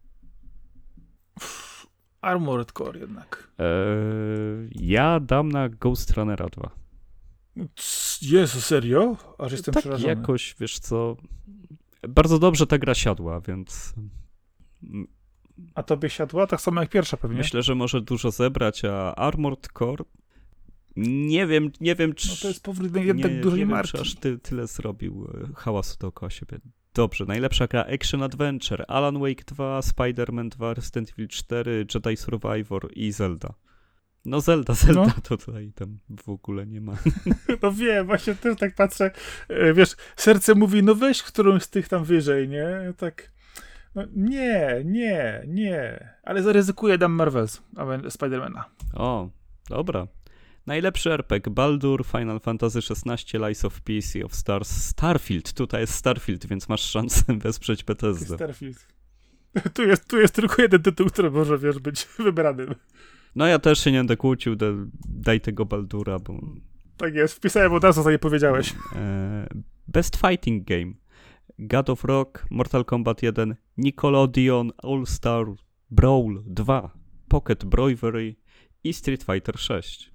Armored Core jednak. Eee, ja dam na Ghost Runnera dwa. Jezu, serio? Aż jestem tak przerażony. jakoś, wiesz co, bardzo dobrze ta gra siadła, więc A tobie siadła? Tak samo jak pierwsza pewnie. myślę, że może dużo zebrać, a Armored Core nie wiem, nie wiem, czy... No to jest powrót jednak nie, dużej nie wiem, marki. czy aż ty, tyle zrobił e, hałasu dookoła siebie. Dobrze, najlepsza gra Action Adventure, Alan Wake dwa, Spider-Man dwa, Resident Evil cztery, Jedi Survivor i Zelda. No Zelda, Zelda No. to tutaj tam w ogóle nie ma. No wiem, właśnie też tak patrzę, e, wiesz, serce mówi, no weź którąś z tych tam wyżej, nie? Tak, no nie, nie, nie. Ale zaryzykuję, dam Marvels, a Spidermana. O, dobra. Najlepszy er pe gie Baldur, Final Fantasy szesnaście, Lies of P, Sea of Stars, Starfield. Tutaj jest Starfield, więc masz szansę wesprzeć Bethesdę. Starfield. Tu jest, tu jest tylko jeden tytuł, który może, wiesz, być wybranym. No ja też się nie będę kłócił, da, daj tego Baldura, bo... Tak jest, wpisałem od razu, co nie powiedziałeś. E, Best Fighting Game. God of Rock, Mortal Kombat jeden, Nickelodeon All-Star Brawl dwa, Pocket Bravery i Street Fighter sześć.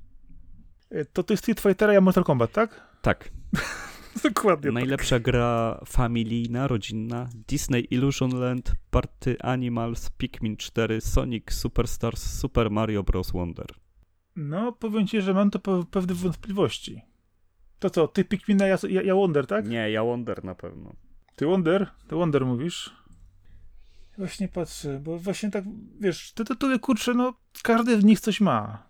To ty Street Fightera, ja Mortal Kombat, tak? Tak. Dokładnie. Najlepsza tak. gra familijna, rodzinna, Disney Illusion Land, Party Animals, Pikmin cztery, Sonic Superstars, Super Mario Bros. Wonder. No, powiem ci, że mam to pe- pewne wątpliwości. To co, ty Pikmina, ja, ja, ja Wonder, tak? Nie, ja Wonder na pewno. Ty Wonder? Ty Wonder mówisz? Właśnie patrzę, bo właśnie tak, wiesz, te tytuły, kurczę, no, każdy z nich coś ma.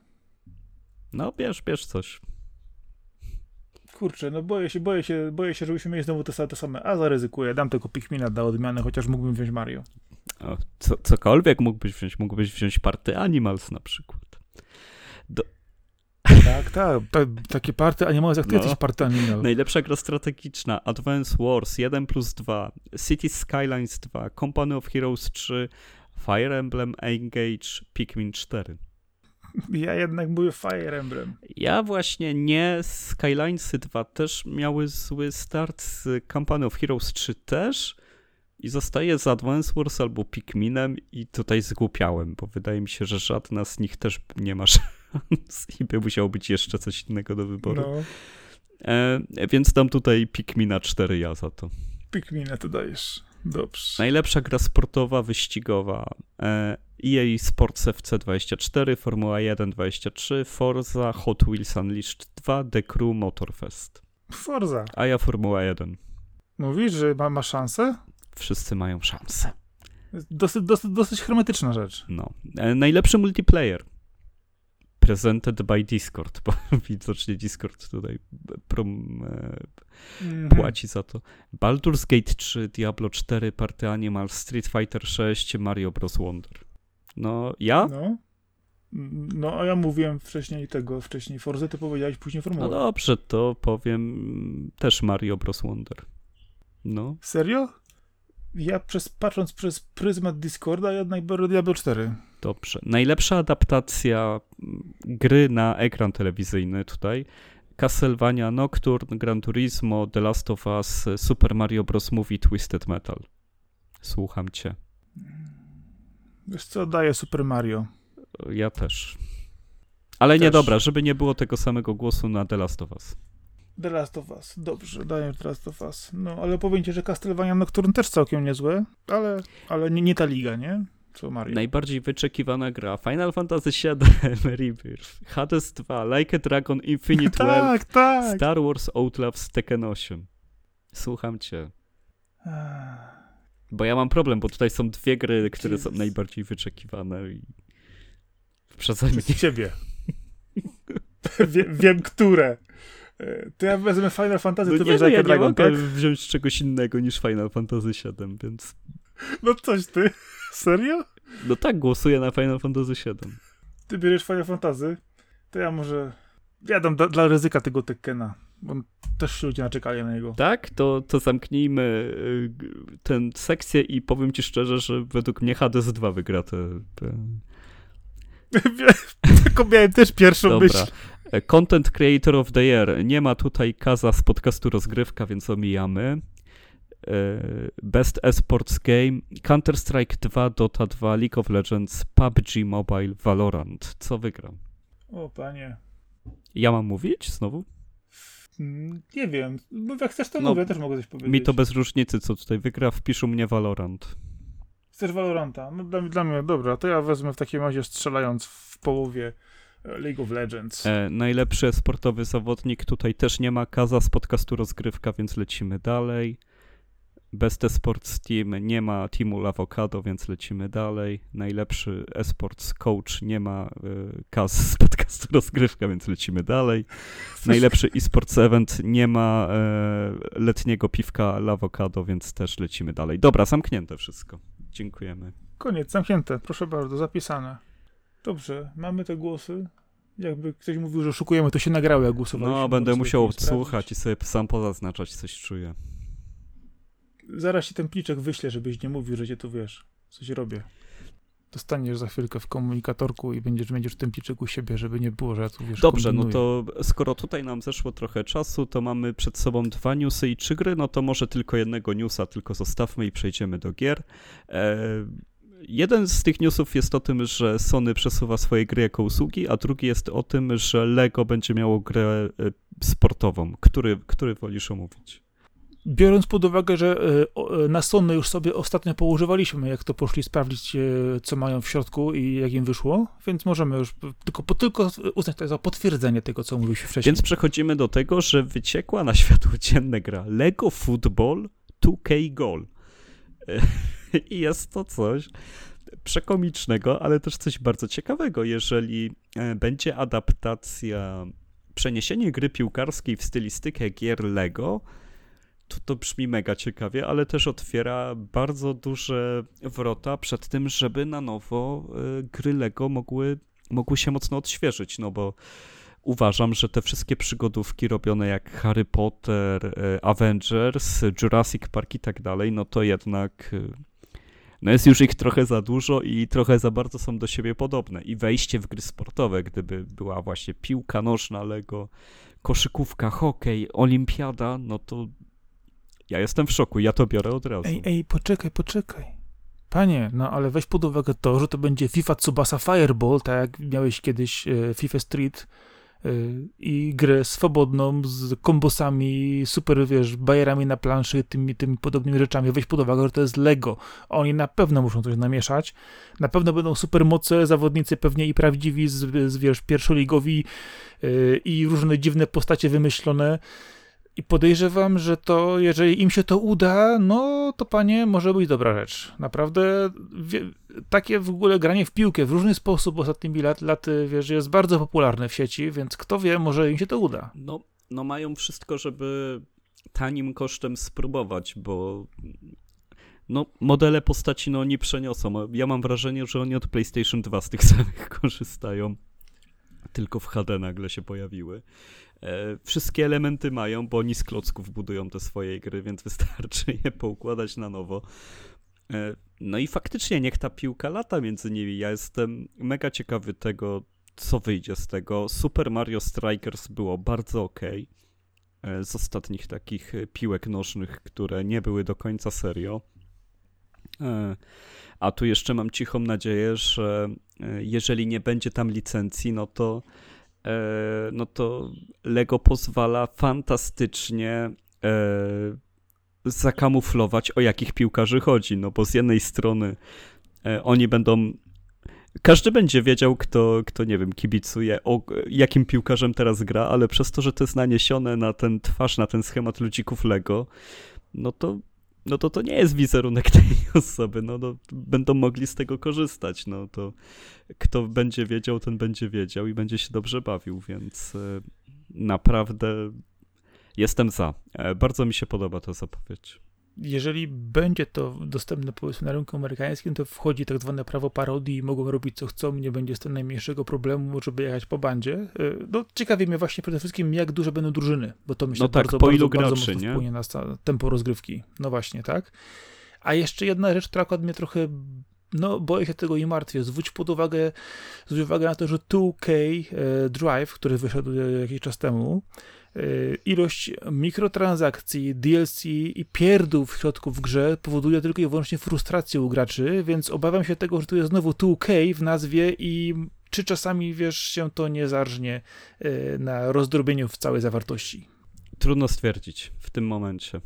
No, bierz, bierz coś. Kurczę, no boję się, boję się, boję się, żebyśmy mieli znowu te, te same. A zaryzykuję, dam tego Pikmina dla odmiany, chociaż mógłbym wziąć Mario. O, co, cokolwiek mógłbyś wziąć. Mógłbyś wziąć Party Animals na przykład. Do... Tak, tak, ta, takie party animals, jak ty No. jesteś party animal. Najlepsza gra strategiczna, Advance Wars jeden plus dwa, Cities Skylines dwa, Company of Heroes trzy, Fire Emblem Engage, Pikmin cztery. Ja jednak mówię Fire Emblem. Ja właśnie nie, Skylinesy dwa też miały zły start, z Company of Heroes trzy też i zostaję z Advance Wars albo Pikminem i tutaj zgłupiałem, bo wydaje mi się, że żadna z nich też nie ma szans i by musiało być jeszcze coś innego do wyboru. No, E, więc dam tutaj Pikmina cztery ja za to. Pikmina to dajesz. Dobrze. Najlepsza gra sportowa, wyścigowa, e, E A Sports F C dwadzieścia cztery, Formuła jeden dwadzieścia trzy, Forza, Hot Wheels Unleashed dwa, The Crew, Motorfest. Forza. A ja Formuła jeden. Mówisz, że ma, ma szansę? Wszyscy mają szansę. Dosyć, dosyć, dosyć hermetyczna rzecz. No. E, najlepszy multiplayer. Presented by Discord, bo widocznie Discord tutaj prom, e, Mhm. płaci za to. Baldur's Gate trzy, Diablo cztery, Party Animals, Street Fighter sześć, Mario Bros. Wonder. No, ja? No. No, a ja mówiłem wcześniej tego, wcześniej Forza, ty powiedziałeś później No Formułę. dobrze, to powiem też Mario Bros. Wonder. No. Serio? Ja przez, patrząc przez pryzmat Discorda, jednak biorę Diablo cztery. Dobrze. Najlepsza adaptacja gry na ekran telewizyjny tutaj. Castlevania Nocturne, Gran Turismo, The Last of Us, Super Mario Bros. Movie, Twisted Metal. Słucham cię. Wiesz co, daję Super Mario. Ja też. Ale Też. nie, dobra, żeby nie było tego samego głosu na The Last of Us. The Last of Us. Dobrze, daję The Last of Us. No, ale powiem ci, że Castlevania Nocturne też całkiem niezłe, ale, ale nie, nie ta liga, nie? Co Mario. Najbardziej wyczekiwana gra. Final Fantasy siedem, Rebirth, Hades dwa, Like a Dragon Infinite Wealth, tak, tak. Star Wars Outlaws, Tekken osiem. Słucham cię. Bo ja mam problem, bo tutaj są dwie gry, które Jesus. są najbardziej wyczekiwane i przeze mnie. Przez ciebie. Wie, wiem, które. E, To ja wezmę Final Fantasy, No ty nie, weź no Like ja a nie Dragon, mogę tak? wziąć czegoś innego niż Final Fantasy siedem, więc... No coś ty. Serio? No tak, głosuję na Final Fantasy siedem. Ty bierzesz Final Fantasy, to ja może... Ja dam dla, dla ryzyka tego Tekkena, bo też się ludzie naczekali na niego. Tak? To, to zamknijmy y, tę sekcję i powiem ci szczerze, że według mnie Hades dwa wygra te... te... Tylko miałem też pierwszą Dobra. myśl. Content Creator of the Year. Nie ma tutaj Kaza z podcastu Rozgrywka, więc omijamy. Best Esports Game. Counter-Strike dwa, Dota dwa, League of Legends, P U B G Mobile, Valorant. Co wygra? O panie. Ja mam mówić znowu? Mm, Nie wiem. No jak chcesz to No, mówię, ja też mogę coś powiedzieć. Mi to bez różnicy, co tutaj wygra. Wpisz u mnie Valorant. Chcesz Valoranta? No dla, dla mnie, dobra, to ja wezmę w takim razie strzelając w połowie e, League of Legends. E, najlepszy sportowy zawodnik. Tutaj też nie ma Kaza z podcastu Rozgrywka, więc lecimy dalej. Best Esports Team, nie ma Teamu Avocado, więc lecimy dalej. Najlepszy esports coach, nie ma y, Kaz z podcastu Rozgrywka, więc lecimy dalej. Najlepszy esports event, nie ma y, letniego piwka Avocado, więc też lecimy dalej. Dobra, zamknięte wszystko. Dziękujemy. Koniec, zamknięte, proszę bardzo, zapisane. Dobrze, mamy te głosy. Jakby ktoś mówił, że oszukujemy, to się nagrało, jak głosowaliśmy. No, będę musiał odsłuchać i sobie sam pozaznaczać, coś czuję. Zaraz ci ten pliczek wyślę, żebyś nie mówił, że cię tu wiesz, coś robię. Dostaniesz za chwilkę w komunikatorku i będziesz, będziesz ten pliczek u siebie, żeby nie było, że ja tu wiesz. Dobrze, kombinuję. no to skoro tutaj nam zeszło trochę czasu, to mamy przed sobą dwa newsy i trzy gry, no to może tylko jednego newsa, tylko zostawmy i przejdziemy do gier. E, jeden z tych newsów jest o tym, że Sony przesuwa swoje gry jako usługi, a drugi jest o tym, że Lego będzie miało grę sportową. Który, który wolisz omówić? Biorąc pod uwagę, że na Sony już sobie ostatnio poużywaliśmy, jak to poszli sprawdzić, co mają w środku i jak im wyszło, więc możemy już tylko, tylko uznać to za potwierdzenie tego, co mówiliśmy wcześniej. Więc przechodzimy do tego, że wyciekła na światło dzienne gra Lego Football two K Goal. I jest to coś przekomicznego, ale też coś bardzo ciekawego, jeżeli będzie adaptacja, przeniesienie gry piłkarskiej w stylistykę gier Lego, to to brzmi mega ciekawie, ale też otwiera bardzo duże wrota przed tym, żeby na nowo y, gry Lego mogły, mogły się mocno odświeżyć, no bo uważam, że te wszystkie przygodówki robione jak Harry Potter, y, Avengers, Jurassic Park i tak dalej, no to jednak y, no jest już ich trochę za dużo i trochę za bardzo są do siebie podobne. I wejście w gry sportowe, gdyby była właśnie piłka nożna Lego, koszykówka, hokej, olimpiada, no to ja jestem w szoku, ja to biorę od razu. Ej, ej, poczekaj, poczekaj. Panie, no ale weź pod uwagę to, że to będzie FIFA Tsubasa Fireball, tak jak miałeś kiedyś e, FIFA Street e, i grę swobodną z kombosami, super, wiesz, bajerami na planszy, tymi, tymi podobnymi rzeczami. Weź pod uwagę, że to jest Lego. Oni na pewno muszą coś namieszać. Na pewno będą super moce, zawodnicy pewnie i prawdziwi, z, z wiesz, pierwszoligowi e, i różne dziwne postacie wymyślone. I podejrzewam, że to, jeżeli im się to uda, no to panie, może być dobra rzecz. Naprawdę wie, takie w ogóle granie w piłkę w różny sposób ostatnimi lat, laty, wiesz, jest bardzo popularne w sieci, więc kto wie, może im się to uda. No, no mają wszystko, żeby tanim kosztem spróbować, bo no modele postaci no nie przeniosą. Ja mam wrażenie, że oni od PlayStation dwa z tych samych korzystają. Tylko w H D nagle się pojawiły. E, wszystkie elementy mają, bo oni z klocków budują te swoje gry, więc wystarczy je poukładać na nowo. E, no i faktycznie niech ta piłka lata między nimi. Ja jestem mega ciekawy tego, co wyjdzie z tego. Super Mario Strikers było bardzo okej. Okay. Z ostatnich takich piłek nożnych, które nie były do końca serio. E, a tu jeszcze mam cichą nadzieję, że jeżeli nie będzie tam licencji, no to, e, no to Lego pozwala fantastycznie e, zakamuflować, o jakich piłkarzy chodzi, no bo z jednej strony e, oni będą, każdy będzie wiedział, kto, kto nie wiem, kibicuje, o jakim piłkarzem teraz gra, ale przez to, że to jest naniesione na ten twarz, na ten schemat ludzików Lego, no to no to to nie jest wizerunek tej osoby, no, no będą mogli z tego korzystać, no to kto będzie wiedział, ten będzie wiedział i będzie się dobrze bawił, więc e, naprawdę jestem za. E, bardzo mi się podoba ta zapowiedź. Jeżeli będzie to dostępne, powiedzmy, na rynku amerykańskim, to wchodzi tak zwane prawo parodii i mogą robić co chcą, nie będzie z tym najmniejszego problemu, żeby jechać po bandzie. No ciekawie mnie właśnie przede wszystkim, jak duże będą drużyny, bo to myślę no tak, bardzo, po bardzo, ilu bardzo graczy, mocno nie? wpłynie na tempo rozgrywki. No właśnie, tak. A jeszcze jedna rzecz, która akurat mnie trochę, no boję się tego i martwię. Zwróć pod uwagę, zwróć uwagę na to, że two K Drive, który wyszedł jakiś czas temu, ilość mikrotransakcji, D L C i pierdów w środku w grze powoduje tylko i wyłącznie frustrację u graczy, więc obawiam się tego, że tu jest znowu two K w nazwie i czy czasami, wiesz, się to nie zarżnie na rozdrobieniu w całej zawartości. Trudno stwierdzić w tym momencie.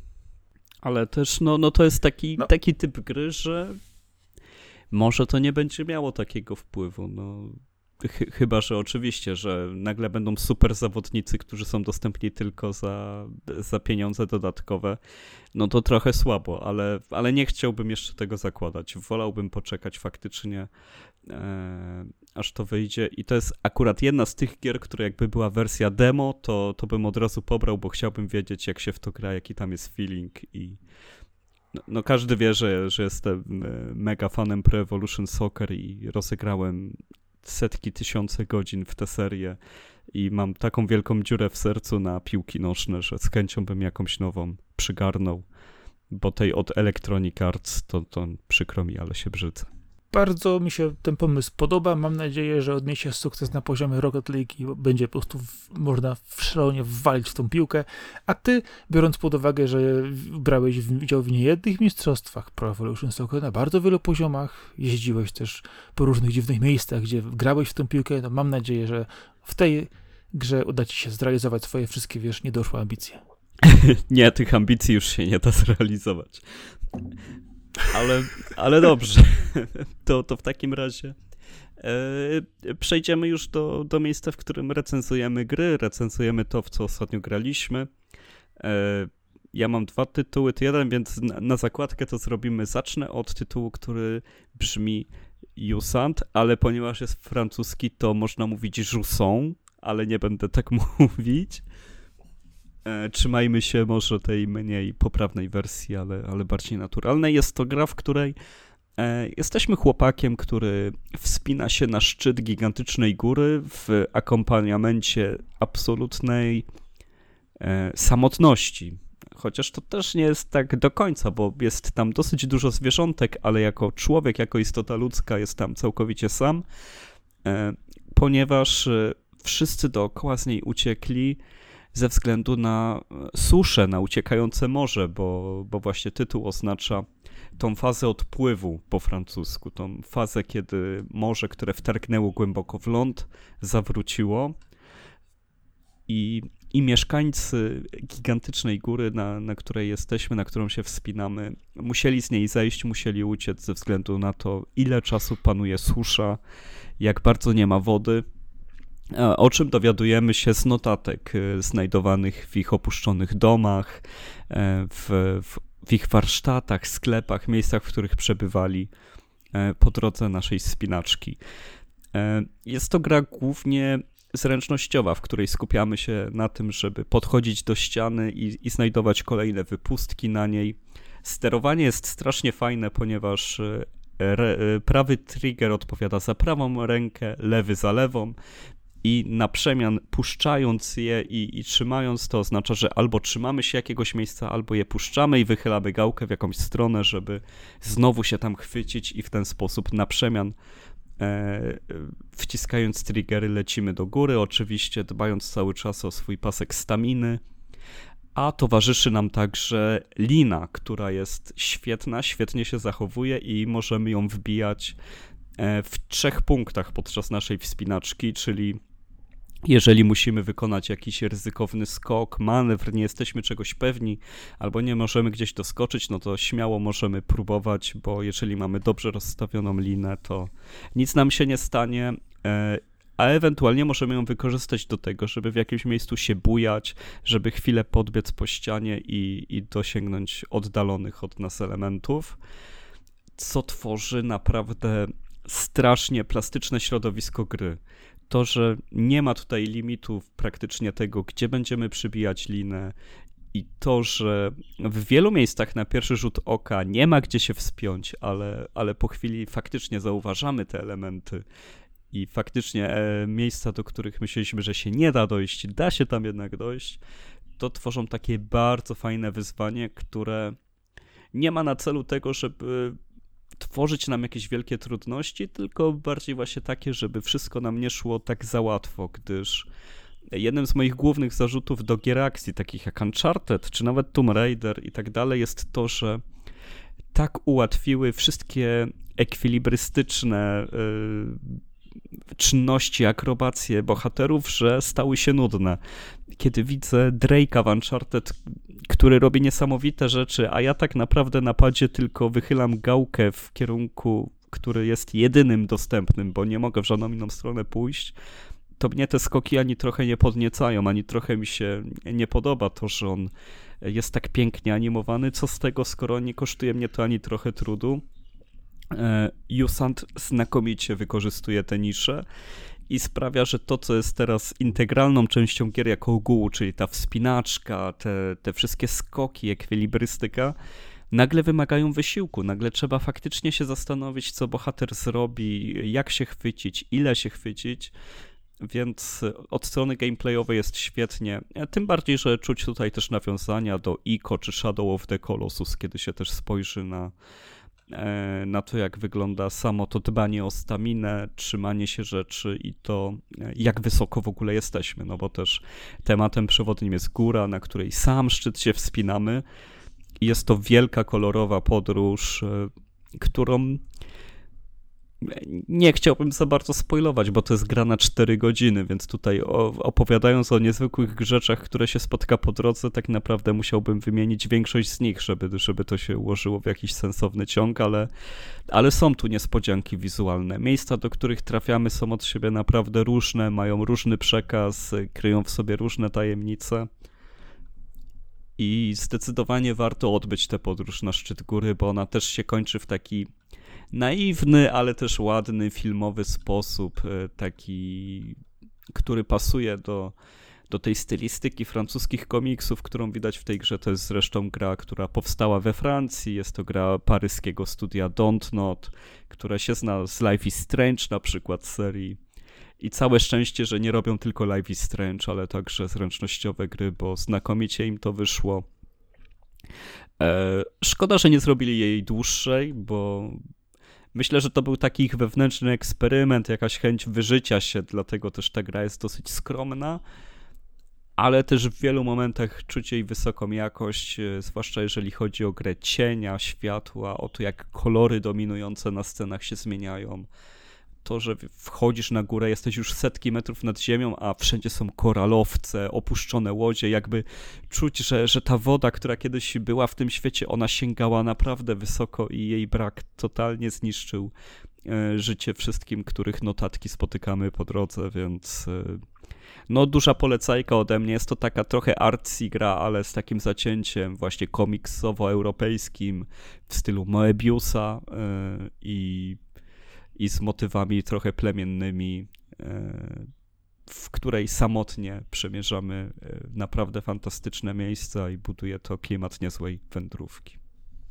Ale też, no, no to jest taki, no. taki typ gry, że może to nie będzie miało takiego wpływu, no. Ch- chyba, że oczywiście, że nagle będą super zawodnicy, którzy są dostępni tylko za, za pieniądze dodatkowe, no to trochę słabo, ale, ale nie chciałbym jeszcze tego zakładać. Wolałbym poczekać faktycznie, e, aż to wyjdzie i to jest akurat jedna z tych gier, która jakby była wersja demo, to, to bym od razu pobrał, bo chciałbym wiedzieć, jak się w to gra, jaki tam jest feeling i no, no każdy wie, że, że jestem mega fanem Pro Evolution Soccer i rozegrałem setki, tysiące godzin w tę serię i mam taką wielką dziurę w sercu na piłki nożne, że z chęcią bym jakąś nową przygarnął, bo tej od Electronic Arts to, to przykro mi, ale się brzydzę. Bardzo mi się ten pomysł podoba. Mam nadzieję, że odniesie sukces na poziomie Rocket League i będzie po prostu w, można w szalonie wwalić w tą piłkę. A ty, biorąc pod uwagę, że brałeś w, udział w niejednych mistrzostwach Pro Evolution Soccer na bardzo wielu poziomach, jeździłeś też po różnych dziwnych miejscach, gdzie grałeś w tą piłkę, no mam nadzieję, że w tej grze uda ci się zrealizować swoje wszystkie, wiesz, niedoszłe ambicje. Nie, tych ambicji już się nie da zrealizować. Ale, ale dobrze, to, to w takim razie e, przejdziemy już do, do miejsca, w którym recenzujemy gry, recenzujemy to, w co ostatnio graliśmy. E, ja mam dwa tytuły, ty jeden, więc na, na zakładkę to zrobimy. Zacznę od tytułu, który brzmi Jusant, ale ponieważ jest francuski, to można mówić Jusson, ale nie będę tak mówić. Trzymajmy się może tej mniej poprawnej wersji, ale, ale bardziej naturalnej. Jest to gra, w której e, jesteśmy chłopakiem, który wspina się na szczyt gigantycznej góry w akompaniamencie absolutnej e, samotności. Chociaż to też nie jest tak do końca, bo jest tam dosyć dużo zwierzątek, ale jako człowiek, jako istota ludzka jest tam całkowicie sam, e, ponieważ e, wszyscy dookoła z niej uciekli ze względu na suszę, na uciekające morze, bo, bo właśnie tytuł oznacza tą fazę odpływu po francusku, tą fazę, kiedy morze, które wtargnęło głęboko w ląd, zawróciło i, i mieszkańcy gigantycznej góry, na, na której jesteśmy, na którą się wspinamy, musieli z niej zejść, musieli uciec ze względu na to, ile czasu panuje susza, jak bardzo nie ma wody. O czym dowiadujemy się z notatek znajdowanych w ich opuszczonych domach, w, w, w ich warsztatach, sklepach, miejscach, w których przebywali po drodze naszej wspinaczki. Jest to gra głównie zręcznościowa, w której skupiamy się na tym, żeby podchodzić do ściany i, i znajdować kolejne wypustki na niej. Sterowanie jest strasznie fajne, ponieważ re, prawy trigger odpowiada za prawą rękę, lewy za lewą. I na przemian puszczając je i, i trzymając, to oznacza, że albo trzymamy się jakiegoś miejsca, albo je puszczamy i wychylamy gałkę w jakąś stronę, żeby znowu się tam chwycić i w ten sposób na przemian e, wciskając triggery lecimy do góry, oczywiście dbając cały czas o swój pasek staminy, a towarzyszy nam także lina, która jest świetna, świetnie się zachowuje i możemy ją wbijać w trzech punktach podczas naszej wspinaczki, czyli jeżeli musimy wykonać jakiś ryzykowny skok, manewr, nie jesteśmy czegoś pewni, albo nie możemy gdzieś doskoczyć, no to śmiało możemy próbować, bo jeżeli mamy dobrze rozstawioną linę, to nic nam się nie stanie, a ewentualnie możemy ją wykorzystać do tego, żeby w jakimś miejscu się bujać, żeby chwilę podbiec po ścianie i, i dosięgnąć oddalonych od nas elementów, co tworzy naprawdę strasznie plastyczne środowisko gry. To, że nie ma tutaj limitów praktycznie tego, gdzie będziemy przybijać linę i to, że w wielu miejscach na pierwszy rzut oka nie ma gdzie się wspiąć, ale, ale po chwili faktycznie zauważamy te elementy i faktycznie e, miejsca, do których myśleliśmy, że się nie da dojść, da się tam jednak dojść, to tworzą takie bardzo fajne wyzwanie, które nie ma na celu tego, żeby tworzyć nam jakieś wielkie trudności, tylko bardziej właśnie takie, żeby wszystko nam nie szło tak za łatwo, gdyż jednym z moich głównych zarzutów do gier akcji, takich jak Uncharted, czy nawet Tomb Raider i tak dalej, jest to, że tak ułatwiły wszystkie ekwilibrystyczne yy, czynności, akrobacje bohaterów, że stały się nudne. Kiedy widzę Drake'a w Uncharted, który robi niesamowite rzeczy, a ja tak naprawdę na padzie tylko wychylam gałkę w kierunku, który jest jedynym dostępnym, bo nie mogę w żadną inną stronę pójść, to mnie te skoki ani trochę nie podniecają, ani trochę mi się nie podoba to, że on jest tak pięknie animowany. Co z tego, skoro nie kosztuje mnie to ani trochę trudu? Jusant znakomicie wykorzystuje te nisze i sprawia, że to, co jest teraz integralną częścią gier jako ogółu, czyli ta wspinaczka, te, te wszystkie skoki, ekwilibrystyka, nagle wymagają wysiłku, nagle trzeba faktycznie się zastanowić, co bohater zrobi, jak się chwycić, ile się chwycić, więc od strony gameplayowej jest świetnie, tym bardziej, że czuć tutaj też nawiązania do Ico czy Shadow of the Colossus, kiedy się też spojrzy na, na to, jak wygląda samo to dbanie o staminę, trzymanie się rzeczy i to, jak wysoko w ogóle jesteśmy, no bo też tematem przewodnim jest góra, na której sam szczyt się wspinamy. Jest to wielka, kolorowa podróż, którą nie chciałbym za bardzo spoilować, bo to jest gra na cztery godziny, więc tutaj opowiadając o niezwykłych rzeczach, które się spotka po drodze, tak naprawdę musiałbym wymienić większość z nich, żeby, żeby to się ułożyło w jakiś sensowny ciąg, ale, ale są tu niespodzianki wizualne. Miejsca, do których trafiamy, są od siebie naprawdę różne, mają różny przekaz, kryją w sobie różne tajemnice. I zdecydowanie warto odbyć tę podróż na szczyt góry, bo ona też się kończy w taki naiwny, ale też ładny, filmowy sposób, taki, który pasuje do, do tej stylistyki francuskich komiksów, którą widać w tej grze. To jest zresztą gra, która powstała we Francji, jest to gra paryskiego studia Dontnod, która się zna z Life is Strange na przykład serii. I całe szczęście, że nie robią tylko Life is Strange, ale także zręcznościowe gry, bo znakomicie im to wyszło. E, szkoda, że nie zrobili jej dłuższej, bo myślę, że to był taki ich wewnętrzny eksperyment, jakaś chęć wyżycia się, dlatego też ta gra jest dosyć skromna, ale też w wielu momentach czuć jej wysoką jakość, zwłaszcza jeżeli chodzi o grę cienia, światła, o to, jak kolory dominujące na scenach się zmieniają. To, że wchodzisz na górę, jesteś już setki metrów nad ziemią, a wszędzie są koralowce, opuszczone łodzie, jakby czuć, że, że ta woda, która kiedyś była w tym świecie, ona sięgała naprawdę wysoko i jej brak totalnie zniszczył e, życie wszystkim, których notatki spotykamy po drodze, więc e, no duża polecajka ode mnie. Jest to taka trochę artsy gra, ale z takim zacięciem właśnie komiksowo-europejskim w stylu Moebiusa e, i i z motywami trochę plemiennymi, w której samotnie przemierzamy naprawdę fantastyczne miejsca i buduje to klimat niezłej wędrówki.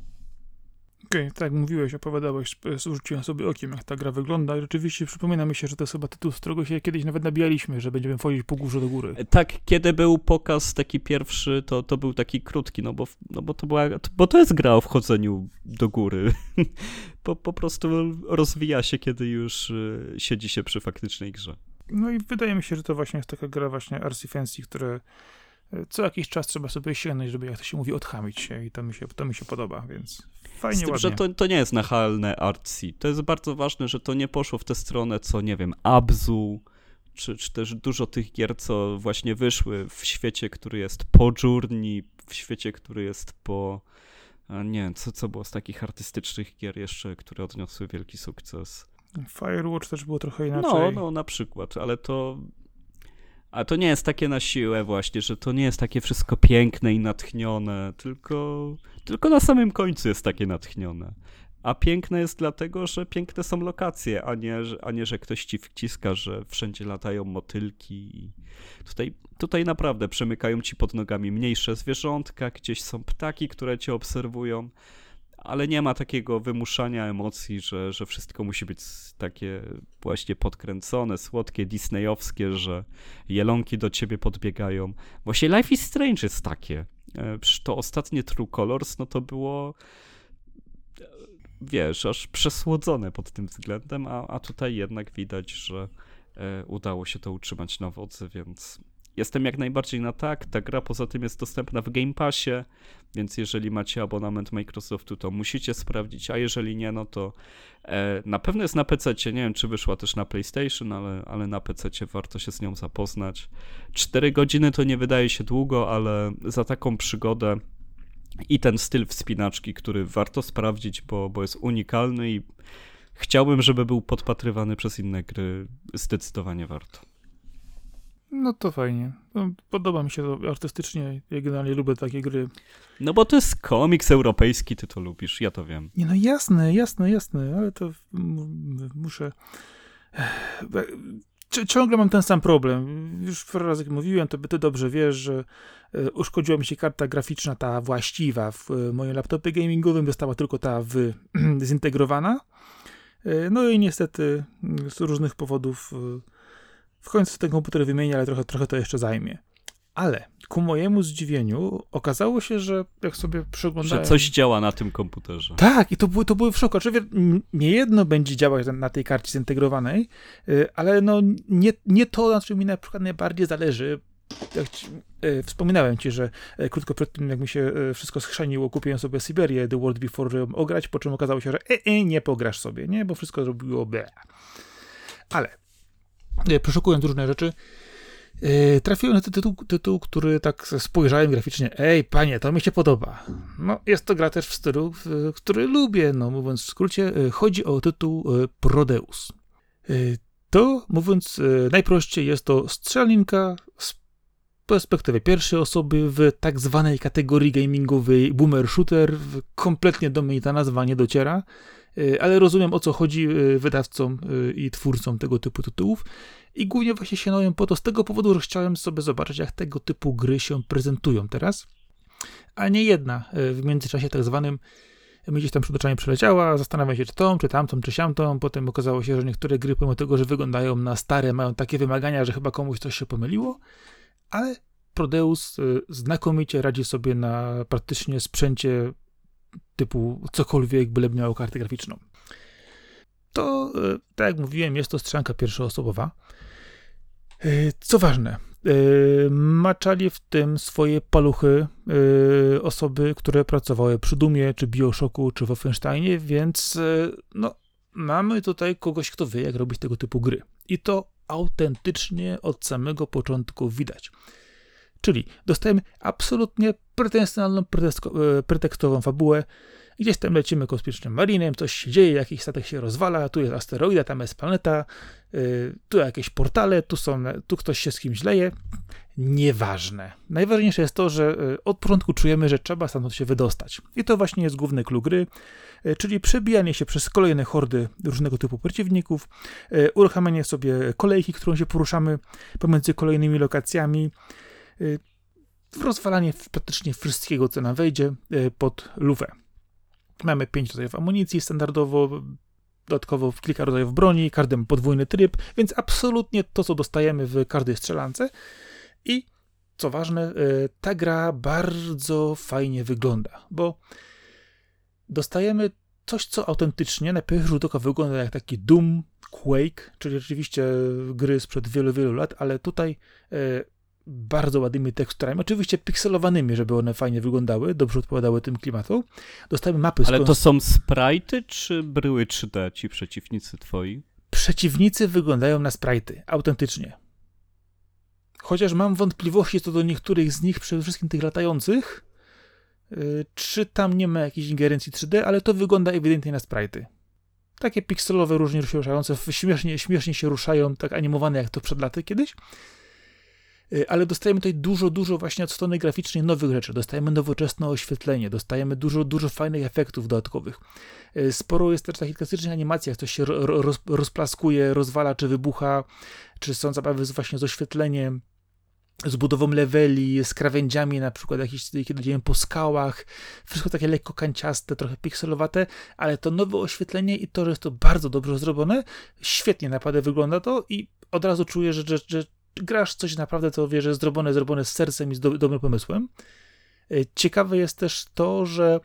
Okej, okay, tak mówiłeś, opowiadałeś, rzuciłem sobie okiem, jak ta gra wygląda i rzeczywiście przypomina mi się, że to jest chyba tytuł, z którego się kiedyś nawet nabijaliśmy, że będziemy wchodzić po górze do góry. Tak, kiedy był pokaz taki pierwszy, to, to był taki krótki, no bo, no bo to była, bo to jest gra o wchodzeniu do góry. po, po prostu rozwija się, kiedy już siedzi się przy faktycznej grze. No i wydaje mi się, że to właśnie jest taka gra właśnie artsy fancy, które co jakiś czas trzeba sobie sięgnąć, żeby, jak to się mówi, odchamić się i to mi się, to mi się podoba, więc fajnie, Z tym, ładnie. że to, to nie jest nachalne artsy. To jest bardzo ważne, że to nie poszło w tę stronę, co, nie wiem, Abzu, czy, czy też dużo tych gier, co właśnie wyszły w świecie, który jest po Journey, w świecie, który jest po... Nie wiem, co, co było z takich artystycznych gier jeszcze, które odniosły wielki sukces. Firewatch też było trochę inaczej. No, no, na przykład, ale to... A to nie jest takie na siłę właśnie, że to nie jest takie wszystko piękne i natchnione, tylko, tylko na samym końcu jest takie natchnione. A piękne jest dlatego, że piękne są lokacje, a nie, a nie że ktoś ci wciska, że wszędzie latają motylki. Tutaj, tutaj naprawdę przemykają ci pod nogami mniejsze zwierzątka, gdzieś są ptaki, które cię obserwują, ale nie ma takiego wymuszania emocji, że, że wszystko musi być takie właśnie podkręcone, słodkie, disneyowskie, że jelonki do ciebie podbiegają. Właśnie Life is Strange jest takie. Przecież to ostatnie True Colors, no to było, wiesz, aż przesłodzone pod tym względem, a, a tutaj jednak widać, że e, udało się to utrzymać na wodzy, więc jestem jak najbardziej na tak. Ta gra poza tym jest dostępna w Game Passie, więc jeżeli macie abonament Microsoftu, to musicie sprawdzić, a jeżeli nie, no to e, na pewno jest na pececie. Nie wiem, czy wyszła też na PlayStation, ale, ale na pececie warto się z nią zapoznać. Cztery godziny to nie wydaje się długo, ale za taką przygodę i ten styl wspinaczki, który warto sprawdzić, bo, bo jest unikalny i chciałbym, żeby był podpatrywany przez inne gry, zdecydowanie warto. No to fajnie. No, podoba mi się to artystycznie. Ja generalnie lubię takie gry. No bo to jest komiks europejski, ty to lubisz, ja to wiem. Nie no jasne, jasne, jasne, ale to m- muszę... ciągle mam ten sam problem. Już parę razy jak mówiłem, to by ty dobrze wiesz, że uszkodziła mi się karta graficzna, ta właściwa w moim laptopie gamingowym, została tylko ta w, zintegrowana. No i niestety z różnych powodów w końcu ten komputer wymienię, ale trochę, trochę to jeszcze zajmie. Ale ku mojemu zdziwieniu okazało się, że jak sobie przeglądałem... Że coś działa na tym komputerze. Tak, i to były, to były w szoku. Oczywiście nie jedno będzie działać na, na tej karcie zintegrowanej, ale no nie, nie to, na czym mi na przykład najbardziej zależy. Jak ci, e, wspominałem ci, że e, krótko przed tym, jak mi się e, wszystko schrzaniło, kupiłem sobie Siberię The World Before, żeby ograć, po czym okazało się, że e, e, nie pograsz sobie, nie, bo wszystko zrobiło ble. Ale e, przeszukując różne rzeczy, e, trafiłem na ten tytuł, tytuł, który tak spojrzałem graficznie, ej, panie, to mi się podoba. No, jest to gra też w stylu, w, który lubię, no, mówiąc w skrócie, e, chodzi o tytuł e, Prodeus. E, to, mówiąc e, najprościej, jest to strzelanka z perspektywy pierwszej osoby w tak zwanej kategorii gamingowej boomer shooter. Kompletnie do mnie ta nazwa nie dociera, ale rozumiem, o co chodzi wydawcom i twórcom tego typu tytułów i głównie właśnie sięgnąłem po to z tego powodu, że chciałem sobie zobaczyć, jak tego typu gry się prezentują teraz, a nie jedna w międzyczasie tak zwanym mi gdzieś tam przed oczami przeleciała, zastanawiam się, czy tą, czy tamtą, czy siamtą, potem okazało się, że niektóre gry, pomimo tego, że wyglądają na stare, mają takie wymagania, że chyba komuś coś się pomyliło, ale Prodeus znakomicie radzi sobie na praktycznie sprzęcie typu cokolwiek, byle miało kartę graficzną. To, tak jak mówiłem, jest to strzelanka pierwszoosobowa. Co ważne, maczali w tym swoje paluchy osoby, które pracowały przy Doomie, czy Bioshocku, czy Wolfensteinie, więc no, mamy tutaj kogoś, kto wie, jak robić tego typu gry. I to autentycznie od samego początku widać. Czyli dostajemy absolutnie pretensjonalną, pretekstową fabułę. Gdzieś tam lecimy kosmicznym marinem, coś się dzieje, jakiś statek się rozwala, tu jest asteroida, tam jest planeta, yy, tu jakieś portale, tu, są, tu ktoś się z kimś leje. Nieważne. Najważniejsze jest to, że yy, od początku czujemy, że trzeba stamtąd się wydostać. I to właśnie jest główny clue gry, yy, czyli przebijanie się przez kolejne hordy różnego typu przeciwników, yy, uruchamianie sobie kolejki, którą się poruszamy pomiędzy kolejnymi lokacjami, yy, rozwalanie praktycznie wszystkiego, co nam wejdzie yy, pod lufę. Mamy pięć rodzajów amunicji standardowo, dodatkowo kilka rodzajów broni, każdy ma podwójny tryb, więc absolutnie to, co dostajemy w każdej strzelance. I co ważne, ta gra bardzo fajnie wygląda, bo dostajemy coś, co autentycznie na pierwszy rzut oka wygląda jak taki Doom, Quake, czyli rzeczywiście gry sprzed wielu, wielu lat, ale tutaj bardzo ładnymi teksturami, oczywiście pikselowanymi, żeby one fajnie wyglądały, dobrze odpowiadały tym klimatu. Dostajemy mapy... Ale to są sprite'y, czy bryły trzy D, ci przeciwnicy twoi? Przeciwnicy wyglądają na sprite'y, autentycznie. Chociaż mam wątpliwości co do niektórych z nich, przede wszystkim tych latających, yy, czy tam nie ma jakiejś ingerencji trzy D, ale to wygląda ewidentnie na sprite'y. Takie pikselowe, różnie się ruszające, śmiesznie, śmiesznie się ruszają, tak animowane jak to przed laty kiedyś. Ale dostajemy tutaj dużo, dużo właśnie od strony graficznej nowych rzeczy. Dostajemy nowoczesne oświetlenie, dostajemy dużo, dużo fajnych efektów dodatkowych. Sporo jest też takich klasycznych animacji, jak coś się roz, rozplaskuje, rozwala, czy wybucha, czy są zabawy z, właśnie z oświetleniem, z budową leveli, z krawędziami, na przykład jakieś, kiedy idziemy po skałach. Wszystko takie lekko kanciaste, trochę pikselowate, ale to nowe oświetlenie i to, że jest to bardzo dobrze zrobione, świetnie naprawdę wygląda to i od razu czuję, że, że, że grasz coś naprawdę, to wiesz, że jest zrobione, zrobione z sercem i z do, dobrym pomysłem. Ciekawe jest też to, że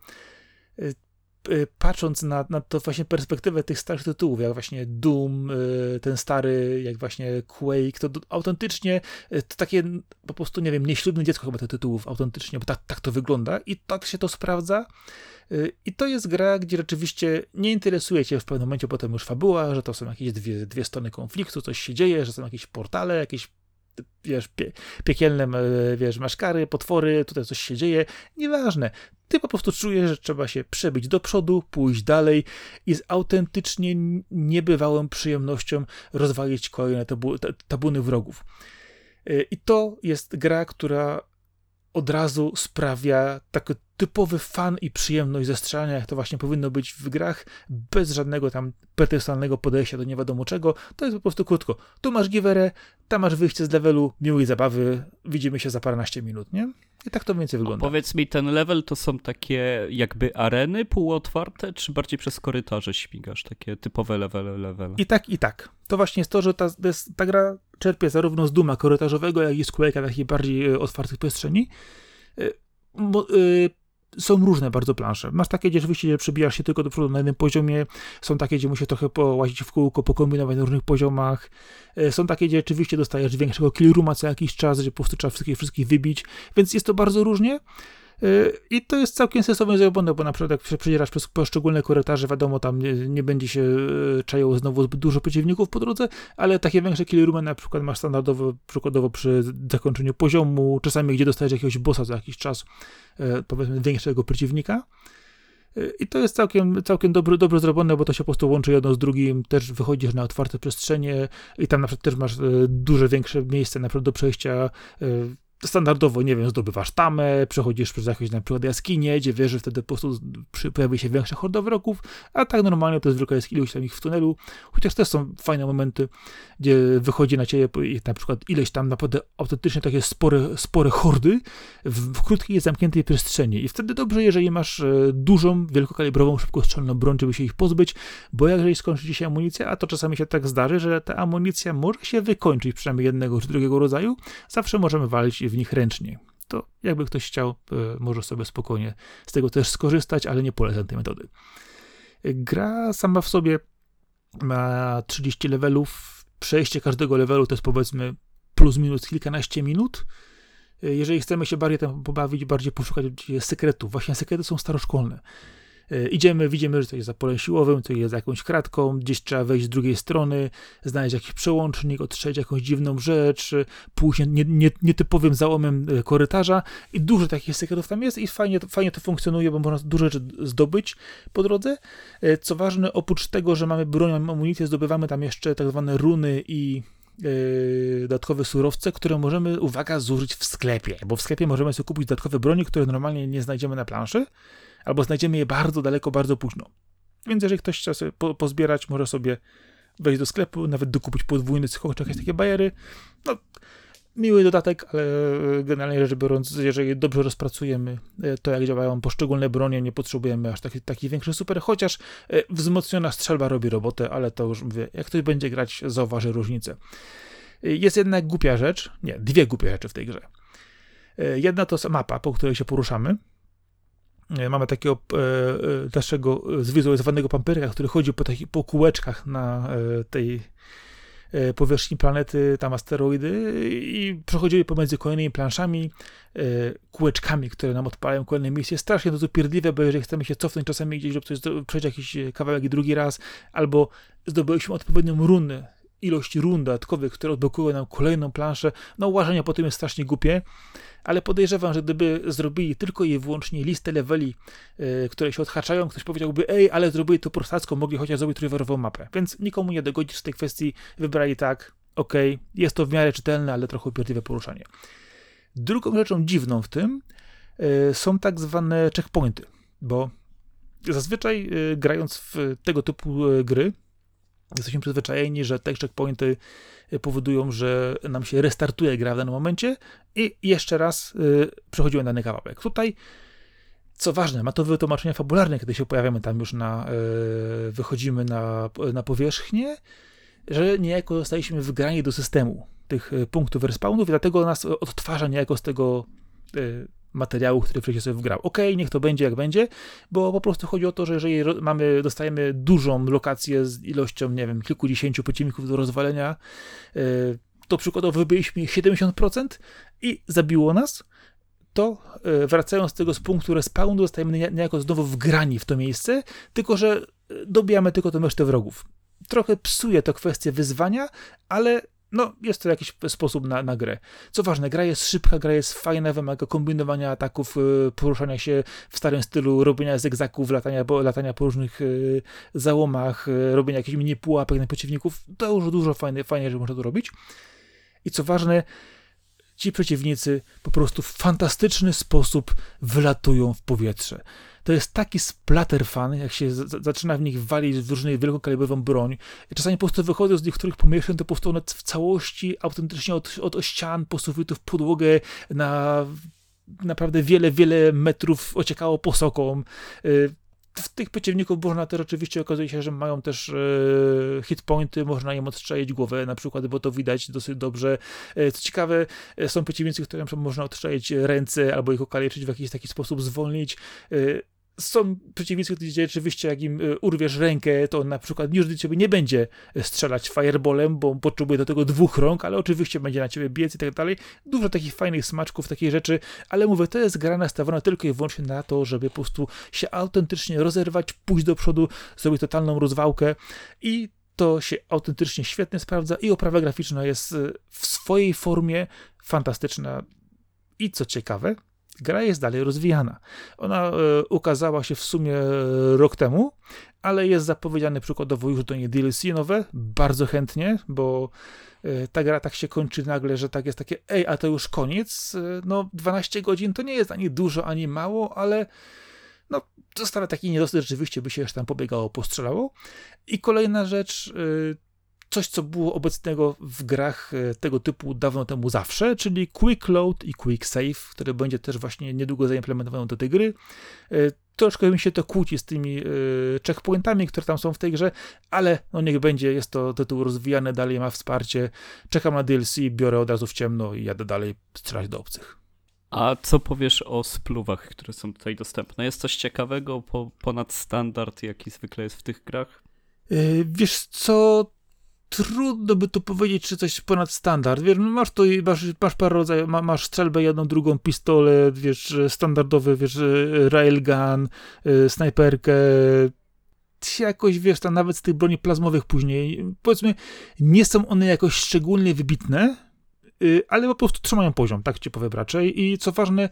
patrząc na, na to właśnie perspektywę tych starych tytułów, jak właśnie Doom, ten stary, jak właśnie Quake, to autentycznie to takie po prostu, nie wiem, nieślubne dziecko chyba tych tytułów autentycznie, bo tak, tak to wygląda i tak się to sprawdza. I to jest gra, gdzie rzeczywiście nie interesuje cię w pewnym momencie potem już fabuła, że to są jakieś dwie, dwie strony konfliktu, coś się dzieje, że są jakieś portale, jakieś wiesz, pie, piekielne, wiesz, maszkary, potwory, tutaj coś się dzieje, nieważne. Ty po prostu czujesz, że trzeba się przebić do przodu, pójść dalej i z autentycznie niebywałą przyjemnością rozwalić kolejne tabu, tabuny wrogów. I to jest gra, która od razu sprawia taki typowy fan i przyjemność ze strzelania, jak to właśnie powinno być w grach, bez żadnego tam pretensjonalnego podejścia do nie wiadomo czego. To jest po prostu krótko. Tu masz giwerę, tam masz wyjście z levelu, miłej zabawy, widzimy się za paręnaście minut, nie? I tak to mniej więcej wygląda. A powiedz mi, ten level to są takie jakby areny półotwarte, czy bardziej przez korytarze śmigasz? Takie typowe levele, levele? I tak, i tak. To właśnie jest to, że ta, ta gra czerpie zarówno z duma korytarzowego, jak i z Quake'a, takich bardziej y, otwartych przestrzeni. Y, bo, y, są różne bardzo plansze. Masz takie, gdzie rzeczywiście gdzie przebijasz się tylko do przodu na jednym poziomie, są takie, gdzie musisz trochę połazić w kółko, pokombinować na różnych poziomach, są takie, gdzie rzeczywiście dostajesz większego killrooma co jakiś czas, że po prostu trzeba wszystkich, wszystkich wybić, więc jest to bardzo różnie i to jest całkiem sensownie zrobione, bo na przykład jak przedzierasz przez poszczególne korytarze, wiadomo, tam nie, nie będzie się czajało znowu zbyt dużo przeciwników po drodze, ale takie większe killroomy na przykład masz standardowo, przykładowo przy zakończeniu poziomu, czasami gdzie dostajesz jakiegoś bossa za jakiś czas, powiedzmy większego przeciwnika. I to jest całkiem, całkiem dobrze, dobrze zrobione, bo to się po prostu łączy jedno z drugim, też wychodzisz na otwarte przestrzenie i tam na przykład też masz duże, większe miejsce na przykład do przejścia. Standardowo, nie wiem, zdobywasz tamę, przechodzisz przez jakieś na przykład jaskinie, gdzie wiesz, że wtedy po prostu przy, pojawi się większa horda wroków, a tak normalnie to zwykle jest ilość tam ich w tunelu, chociaż też są fajne momenty, gdzie wychodzi na ciebie na przykład ileś tam naprawdę autentycznie takie spore, spore hordy w, w krótkiej, zamkniętej przestrzeni i wtedy dobrze, jeżeli masz dużą, wielkokalibrową, szybkostrzelną broń, żeby się ich pozbyć, bo jeżeli skończy ci się amunicja, a to czasami się tak zdarzy, że ta amunicja może się wykończyć, przynajmniej jednego czy drugiego rodzaju, zawsze możemy walić w nich ręcznie. To jakby ktoś chciał, może sobie spokojnie z tego też skorzystać, ale nie polecam tej metody. Gra sama w sobie ma trzydzieści levelów. Przejście każdego levelu to jest powiedzmy plus minus kilkanaście minut. Jeżeli chcemy się bardziej tam pobawić, bardziej poszukać sekretów, właśnie sekrety są staroszkolne. Idziemy, widzimy, że to jest za polem siłowym, to jest za jakąś kratką, gdzieś trzeba wejść z drugiej strony, znaleźć jakiś przełącznik, odstrzelić jakąś dziwną rzecz, pójść nie, nie, nietypowym załomem korytarza i dużo takich sekretów tam jest i fajnie, fajnie to funkcjonuje, bo można dużo rzeczy zdobyć po drodze. Co ważne, oprócz tego, że mamy broń, mamy amunicję, zdobywamy tam jeszcze tak zwane runy i Yy, dodatkowe surowce, które możemy, uwaga, zużyć w sklepie, bo w sklepie możemy sobie kupić dodatkowe broni, które normalnie nie znajdziemy na planszy, albo znajdziemy je bardzo daleko, bardzo późno. Więc jeżeli ktoś chce sobie po, pozbierać, może sobie wejść do sklepu, nawet dokupić podwójny skok, czy jakieś takie bajery. No, miły dodatek, ale generalnie rzecz biorąc, jeżeli dobrze rozpracujemy to, jak działają poszczególne bronie, nie potrzebujemy aż taki, taki większy super, chociaż wzmocniona strzelba robi robotę, ale to już mówię, jak ktoś będzie grać, zauważy różnicę. Jest jednak głupia rzecz, nie, dwie głupie rzeczy w tej grze. Jedna to mapa, po której się poruszamy. Mamy takiego e, naszego zwizualizowanego pampierka, który chodzi po, takich, po kółeczkach na e, tej e, powierzchni planety, tam asteroidy i przechodzili pomiędzy kolejnymi planszami, e, kółeczkami, które nam odpalają kolejne misje. Strasznie to upierdliwe, bo jeżeli chcemy się cofnąć czasami gdzieś, żeby coś przejść jakiś kawałek i drugi raz, albo zdobyliśmy odpowiednią runę, ilość rund dodatkowych, które odblokują nam kolejną planszę, no uważanie po tym jest strasznie głupie, ale podejrzewam, że gdyby zrobili tylko i wyłącznie listę leveli, yy, które się odhaczają, ktoś powiedziałby, ej, ale zrobili to prostacko, mogli chociaż zrobić trójwymiarową mapę, więc nikomu nie dogodzisz w tej kwestii, wybrali tak, okej, okay, jest to w miarę czytelne, ale trochę upierdliwe poruszanie. Drugą rzeczą dziwną w tym yy, są tak zwane checkpointy, bo zazwyczaj yy, grając w tego typu yy, gry, jesteśmy przyzwyczajeni, że te checkpointy powodują, że nam się restartuje gra w danym momencie i jeszcze raz y, przechodzimy dany kawałek. Tutaj, co ważne, ma to wytłumaczenie fabularne, kiedy się pojawiamy tam już na, y, wychodzimy na, na powierzchnię, że niejako zostaliśmy wgrani do systemu tych punktów respawnów i dlatego nas odtwarza niejako z tego y, materiału, który wcześniej sobie wgrał. Okej, okay, niech to będzie jak będzie, bo po prostu chodzi o to, że jeżeli mamy, dostajemy dużą lokację z ilością, nie wiem, kilkudziesięciu przeciwników do rozwalenia, yy, to przykładowo wybyliśmy siedemdziesiąt procent i zabiło nas, to yy, wracając z tego z punktu respawnu, dostajemy niejako znowu wgrani w to miejsce, tylko że dobijamy tylko tę resztę wrogów. Trochę psuje to kwestię wyzwania, ale no, jest to jakiś sposób na, na grę. Co ważne, gra jest szybka, gra jest fajna, wymaga kombinowania ataków, poruszania się w starym stylu, robienia zegzaków, latania, latania po różnych załomach, robienia jakichś mini pułapek na przeciwników. To już dużo fajne, fajnie, że można to robić. I co ważne, ci przeciwnicy po prostu w fantastyczny sposób wylatują w powietrze. To jest taki splatter fun, jak się z- zaczyna w nich walić w różną wielkokalibrową broń. Czasami po prostu wychodzą z niektórych pomieszczeń, to po prostu one w całości autentycznie od, od ścian, po sufitów, podłogę na naprawdę wiele, wiele metrów ociekało posoką. W tych przeciwników można też oczywiście okazuje się, że mają też e, hitpointy, można im odstrzelić głowę na przykład, bo to widać dosyć dobrze. E, co ciekawe, są przeciwnicy, którym można odstrzelić ręce albo ich okaleczyć w jakiś taki sposób, zwolnić. E, Są przeciwnicy, gdzie rzeczywiście jak im urwiesz rękę, to on na przykład już do ciebie nie będzie strzelać fireballem, bo potrzebuje do tego dwóch rąk, ale oczywiście będzie na ciebie biec i tak dalej. Dużo takich fajnych smaczków, takiej rzeczy, ale mówię, to jest gra nastawiona tylko i wyłącznie na to, żeby po prostu się autentycznie rozerwać, pójść do przodu, zrobić totalną rozwałkę i to się autentycznie świetnie sprawdza i oprawa graficzna jest w swojej formie fantastyczna. I co ciekawe, gra jest dalej rozwijana. Ona e, ukazała się w sumie rok temu, ale jest zapowiedziane przykładowo już do niej D L C nowe, bardzo chętnie, bo e, ta gra tak się kończy nagle, że tak jest takie, ej, a to już koniec. E, no dwanaście godzin to nie jest ani dużo, ani mało, ale no została taki niedosyt, rzeczywiście by się jeszcze tam pobiegało, postrzelało. I kolejna rzecz, e, coś, co było obecnego w grach tego typu dawno temu zawsze, czyli Quick Load i Quick Save, który będzie też właśnie niedługo zaimplementowany do tej gry. Troszkę mi się to kłóci z tymi checkpointami, które tam są w tej grze, ale no niech będzie, jest to tytuł rozwijany, dalej ma wsparcie. Czekam na D L C, biorę od razu w ciemno i jadę dalej strzelać do obcych. A co powiesz o spluwach, które są tutaj dostępne? Jest coś ciekawego po, ponad standard, jaki zwykle jest w tych grach? Yy, wiesz co... Trudno by tu powiedzieć, czy coś ponad standard. Wiesz, masz tu, masz, masz parę rodzajów, masz strzelbę, jedną, drugą, pistolet, wiesz, standardowy, wiesz, railgun, snajperkę, jakoś, wiesz, tam nawet z tych broni plazmowych później, powiedzmy, nie są one jakoś szczególnie wybitne, ale po prostu trzymają poziom, tak ci powiem raczej. I co ważne,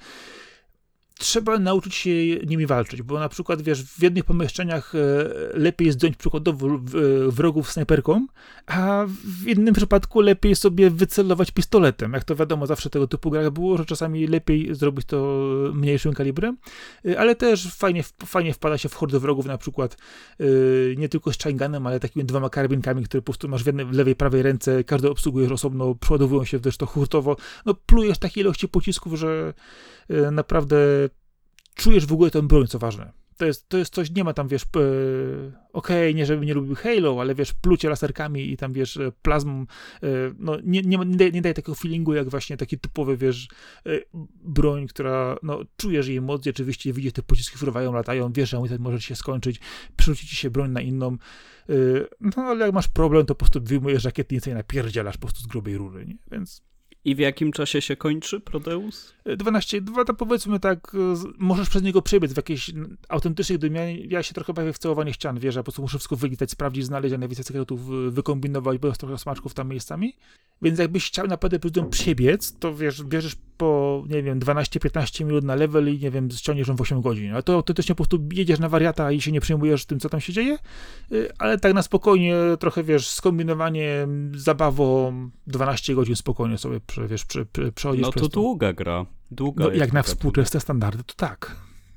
trzeba nauczyć się nimi walczyć, bo na przykład, wiesz, w jednych pomieszczeniach lepiej zdjąć przykładowo wrogów snajperką, a w innym przypadku lepiej sobie wycelować pistoletem. Jak to wiadomo, zawsze tego typu grach było, że czasami lepiej zrobić to mniejszym kalibrem, ale też fajnie, fajnie wpada się w hordę wrogów, na przykład nie tylko z chaingunem, ale takimi dwoma karabinkami, które po prostu masz w, jednej, w lewej, prawej ręce, każdy obsługujesz osobno, przeładowują się też to hurtowo. No plujesz takiej ilości pocisków, że naprawdę czujesz w ogóle tę broń, co ważne. To jest, to jest coś, nie ma tam, wiesz, yy, okej, okay, nie żebym nie lubił Halo, ale wiesz, plucie laserkami i tam, wiesz, plazmą, yy, no nie, nie, nie, daje, nie daje takiego feelingu, jak właśnie taki typowy, wiesz, yy, broń, która, no, czujesz jej moc, oczywiście widzisz, te pociski fruwają, latają, wiesz, że może się skończyć, przerzuci ci się broń na inną, yy, no, ale jak masz problem, to po prostu wyjmujesz rakietnicę i napierdzielasz po prostu z grubej rury, nie? Więc... I w jakim czasie się kończy Prodeus? dwanaście, dwa to powiedzmy tak, możesz przez niego przebiec w jakiejś autentycznej dymie. Ja się trochę bawię w całowanie ścian, wiesz, ja po prostu muszę wszystko wylitać, sprawdzić, znaleźć, a najwięcej sekretów wykombinować, bo jest trochę smaczków tam miejscami. Więc jakbyś chciał naprawdę przez nią przebiec, to wiesz, bierzesz po, nie wiem, dwanaście piętnaście minut na level i, nie wiem, ściągniesz ją w osiem godzin. A to ty też nie po prostu jedziesz na wariata i się nie przejmujesz tym, co tam się dzieje, ale tak na spokojnie, trochę, wiesz, skombinowaniem, zabawą, dwanaście godzin spokojnie sobie, wiesz, prze, prze, przechodzisz no przez to. to. Długa gra. Długa No, jak na gatunek. współczesne standardy, to tak.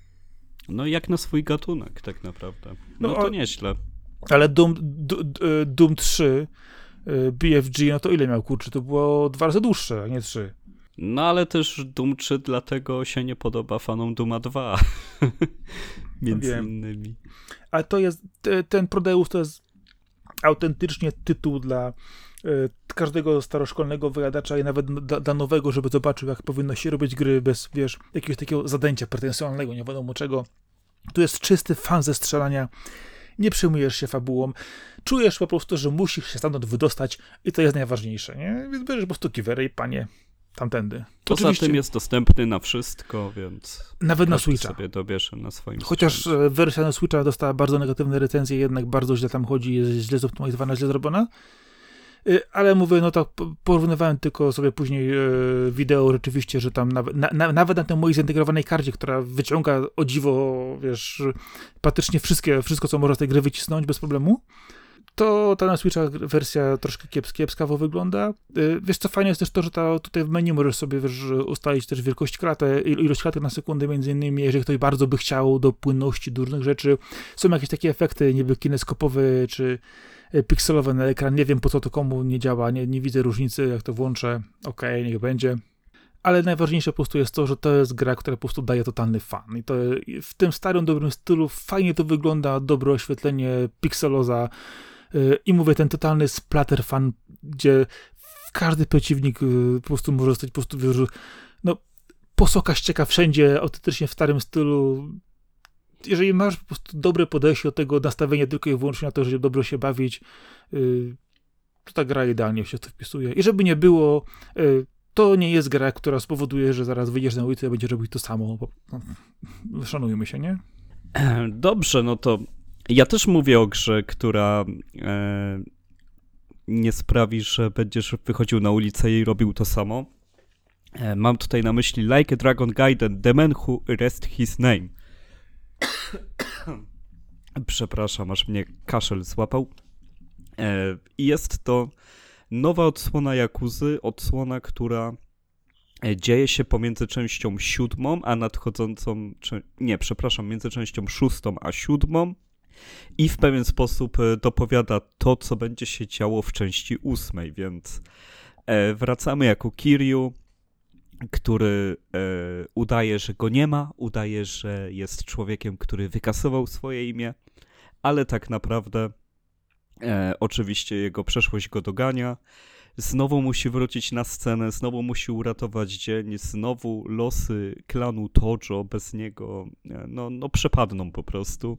No jak na swój gatunek, tak naprawdę. No, no to nieźle. Ale Doom, Doom trzy, B F G, no to ile miał, kurczę? To było dwa razy dłuższe, a nie trzy. No ale też Doom trzy dlatego się nie podoba fanom Dooma dwa. Między Wiem. innymi. Ale to jest, ten Prodeus to jest autentycznie tytuł dla każdego staroszkolnego wyjadacza i nawet dla, dla nowego, żeby zobaczył, jak powinno się robić gry bez, wiesz, jakiegoś takiego zadęcia pretensjonalnego, nie wiadomo czego. Tu jest czysty fan ze strzelania, nie przejmujesz się fabułą, czujesz po prostu, że musisz się stamtąd wydostać i to jest najważniejsze, nie? Więc bierzesz po prostu kiwerę i panie, tamtędy. Poza Oczywiście, tym jest dostępny na wszystko, więc nawet na Switcha sobie dobierze na swoim Chociaż sprzęcie. Wersja na Switcha dostała bardzo negatywne recenzje, jednak bardzo źle tam chodzi, jest źle zoptymalizowana, źle zrobiona. Ale mówię, no tak porównywałem tylko sobie później wideo rzeczywiście, że tam nawet na, nawet na tej mojej zintegrowanej karcie, która wyciąga o dziwo, wiesz, praktycznie wszystkie, wszystko, co można z tej gry wycisnąć bez problemu, to ta na Switcha wersja troszkę kiepsk, kiepskawo wygląda. Wiesz co, fajne jest też to, że ta, tutaj w menu możesz sobie wiesz, ustalić też wielkość klatę, ilość klatek na sekundę między innymi, jeżeli ktoś bardzo by chciał do płynności do różnych rzeczy. Są jakieś takie efekty niby kineskopowe czy pikselowe na ekran. Nie wiem po co to komu nie działa, nie, nie widzę różnicy, jak to włączę. Okej, okay, niech będzie. Ale najważniejsze po prostu jest to, że to jest gra, która po prostu daje totalny fan. I to w tym starym, dobrym stylu fajnie to wygląda, dobre oświetlenie, pikseloza i mówię, ten totalny splatter fan, gdzie każdy przeciwnik po prostu może zostać po prostu, no, posoka ścieka wszędzie, autentycznie w starym stylu. Jeżeli masz po prostu dobre podejście do tego nastawienia tylko i wyłącznie na to, żeby dobrze się bawić, to ta gra idealnie się w to wpisuje. I żeby nie było, to nie jest gra, która spowoduje, że zaraz wyjdziesz na ulicę i będziesz robić to samo. Bo, no, szanujmy się, nie? Dobrze, no to ja też mówię o grze, która e, nie sprawi, że będziesz wychodził na ulicę i robił to samo. E, mam tutaj na myśli Like a Dragon Gaiden, The Man Who Erased His Name. Przepraszam, aż mnie kaszel złapał. E, jest to nowa odsłona Yakuzy, odsłona, która dzieje się pomiędzy częścią siódmą, a nadchodzącą, nie, przepraszam, między częścią szóstą a siódmą i w pewien sposób dopowiada to, co będzie się działo w części ósmej, więc wracamy jako Kiryu, który udaje, że go nie ma, udaje, że jest człowiekiem, który wykasował swoje imię, ale tak naprawdę E, oczywiście jego przeszłość go dogania. Znowu musi wrócić na scenę, znowu musi uratować dzień, znowu losy klanu Tojo bez niego e, no, no przepadną po prostu.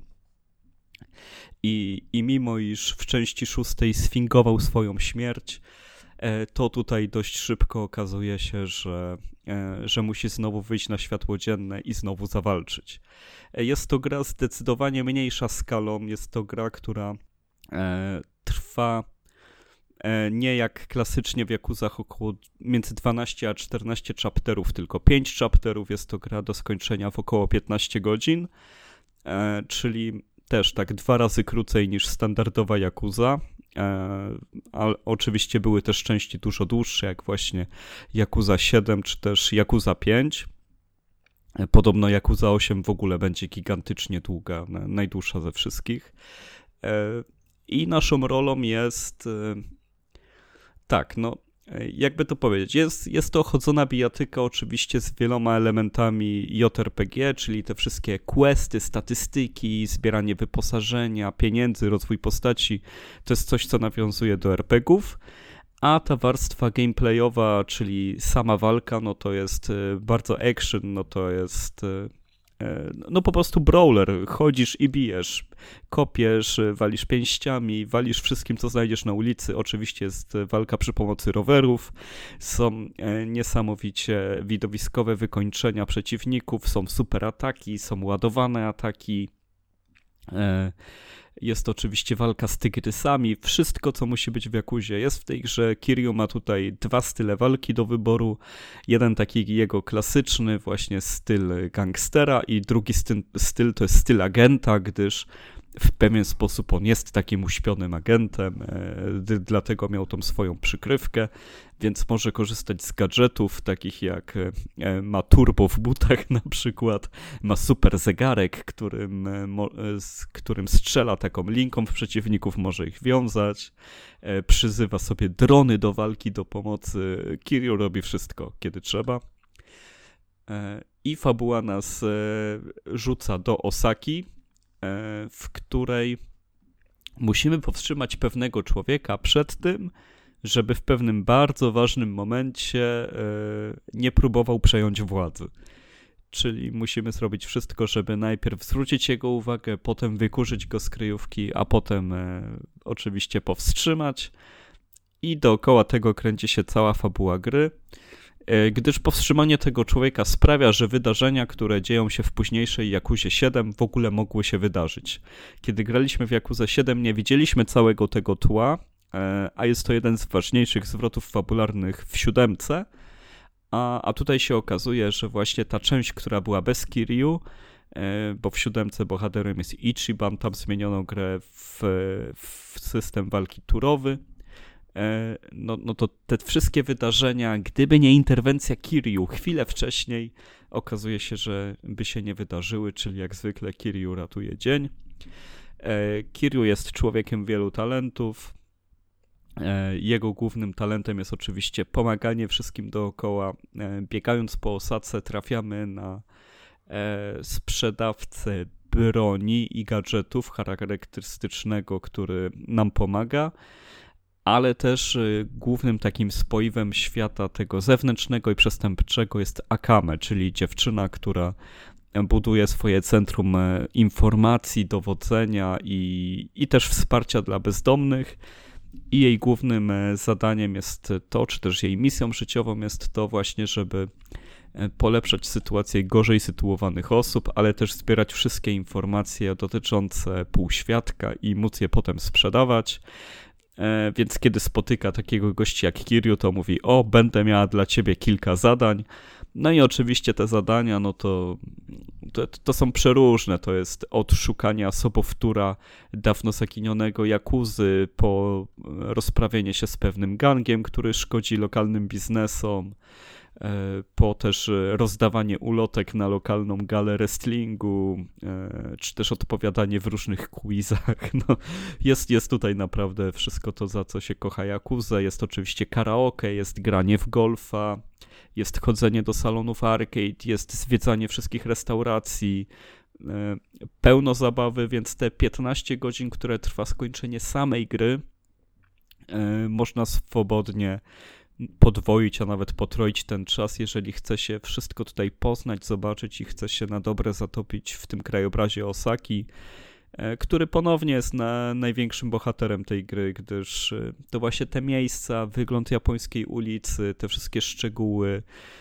I, I mimo iż w części szóstej sfingował swoją śmierć, e, to tutaj dość szybko okazuje się, że, e, że musi znowu wyjść na światło dzienne i znowu zawalczyć. E, jest to gra zdecydowanie mniejsza skalą, jest to gra, która E, trwa e, nie jak klasycznie w Yakuzach około między dwanaście a czternaście chapterów, tylko pięć chapterów. Jest to gra do skończenia w około piętnaście godzin, e, czyli też tak dwa razy krócej niż standardowa Yakuza. E, ale oczywiście były też części dużo dłuższe, jak właśnie Yakuza siedem czy też Yakuza pięć. E, podobno Yakuza osiem w ogóle będzie gigantycznie długa, na, najdłuższa ze wszystkich. E, I naszą rolą jest, tak, no, jakby to powiedzieć, jest, jest to chodzona bijatyka oczywiście z wieloma elementami J R P G, czyli te wszystkie questy, statystyki, zbieranie wyposażenia, pieniędzy, rozwój postaci, to jest coś, co nawiązuje do er pe gie ów, a ta warstwa gameplayowa, czyli sama walka, no to jest bardzo action, no to jest... No po prostu brawler, chodzisz i bijesz, kopiesz, walisz pięściami, walisz wszystkim, co znajdziesz na ulicy. Oczywiście jest walka przy pomocy rowerów, są niesamowicie widowiskowe wykończenia przeciwników, są super ataki, są ładowane ataki. Jest oczywiście walka z tygrysami, wszystko, co musi być w Yakuzie jest w tej grze. Kiryu ma tutaj dwa style walki do wyboru. Jeden taki jego klasyczny, właśnie styl gangstera i drugi styl, styl to jest styl agenta, gdyż w pewien sposób on jest takim uśpionym agentem, e, dlatego miał tą swoją przykrywkę, więc może korzystać z gadżetów takich jak e, ma turbo w butach na przykład, ma super zegarek, którym, e, mo, z którym strzela taką linką w przeciwników, może ich wiązać, e, przyzywa sobie drony do walki, do pomocy. Kiryu robi wszystko, kiedy trzeba. E, I fabuła nas e, rzuca do Osaki, w której musimy powstrzymać pewnego człowieka przed tym, żeby w pewnym bardzo ważnym momencie nie próbował przejąć władzy. Czyli musimy zrobić wszystko, żeby najpierw zwrócić jego uwagę, potem wykurzyć go z kryjówki, a potem oczywiście powstrzymać. I dookoła tego kręci się cała fabuła gry, gdyż powstrzymanie tego człowieka sprawia, że wydarzenia, które dzieją się w późniejszej Yakuzie siedem w ogóle mogły się wydarzyć. Kiedy graliśmy w Yakuzę siedem, nie widzieliśmy całego tego tła, a jest to jeden z ważniejszych zwrotów fabularnych w siódemce, a, a tutaj się okazuje, że właśnie ta część, która była bez Kiryu, bo w siódemce bohaterem jest Ichiban, tam zmieniono grę w, w system walki turowy. No, no to te wszystkie wydarzenia, gdyby nie interwencja Kiryu chwilę wcześniej, okazuje się, że by się nie wydarzyły, czyli jak zwykle Kiryu ratuje dzień. Kiryu jest człowiekiem wielu talentów. Jego głównym talentem jest oczywiście pomaganie wszystkim dookoła. Biegając po osace trafiamy na sprzedawcę broni i gadżetów charakterystycznego, który nam pomaga, ale też głównym takim spoiwem świata tego zewnętrznego i przestępczego jest Akame, czyli dziewczyna, która buduje swoje centrum informacji, dowodzenia i, i też wsparcia dla bezdomnych. I jej głównym zadaniem jest to, czy też jej misją życiową jest to właśnie, żeby polepszać sytuację gorzej sytuowanych osób, ale też zbierać wszystkie informacje dotyczące półświadka i móc je potem sprzedawać. Więc kiedy spotyka takiego gościa jak Kiryu, to mówi: o, będę miała dla ciebie kilka zadań. No i oczywiście te zadania, no to, to, to są przeróżne. To jest od szukania sobowtóra dawno zaginionego Jakuzy, po rozprawienie się z pewnym gangiem, który szkodzi lokalnym biznesom, po też rozdawanie ulotek na lokalną galę wrestlingu, czy też odpowiadanie w różnych quizach. No, jest, jest tutaj naprawdę wszystko to, za co się kocha Jakuzę. Jest oczywiście karaoke, jest granie w golfa, jest chodzenie do salonów arcade, jest zwiedzanie wszystkich restauracji, pełno zabawy, więc te piętnaście godzin, które trwa skończenie samej gry, można swobodnie podwoić, a nawet potroić ten czas, jeżeli chce się wszystko tutaj poznać, zobaczyć i chce się na dobre zatopić w tym krajobrazie Osaki, który ponownie jest na, największym bohaterem tej gry, gdyż to właśnie te miejsca, wygląd japońskiej ulicy, te wszystkie szczegóły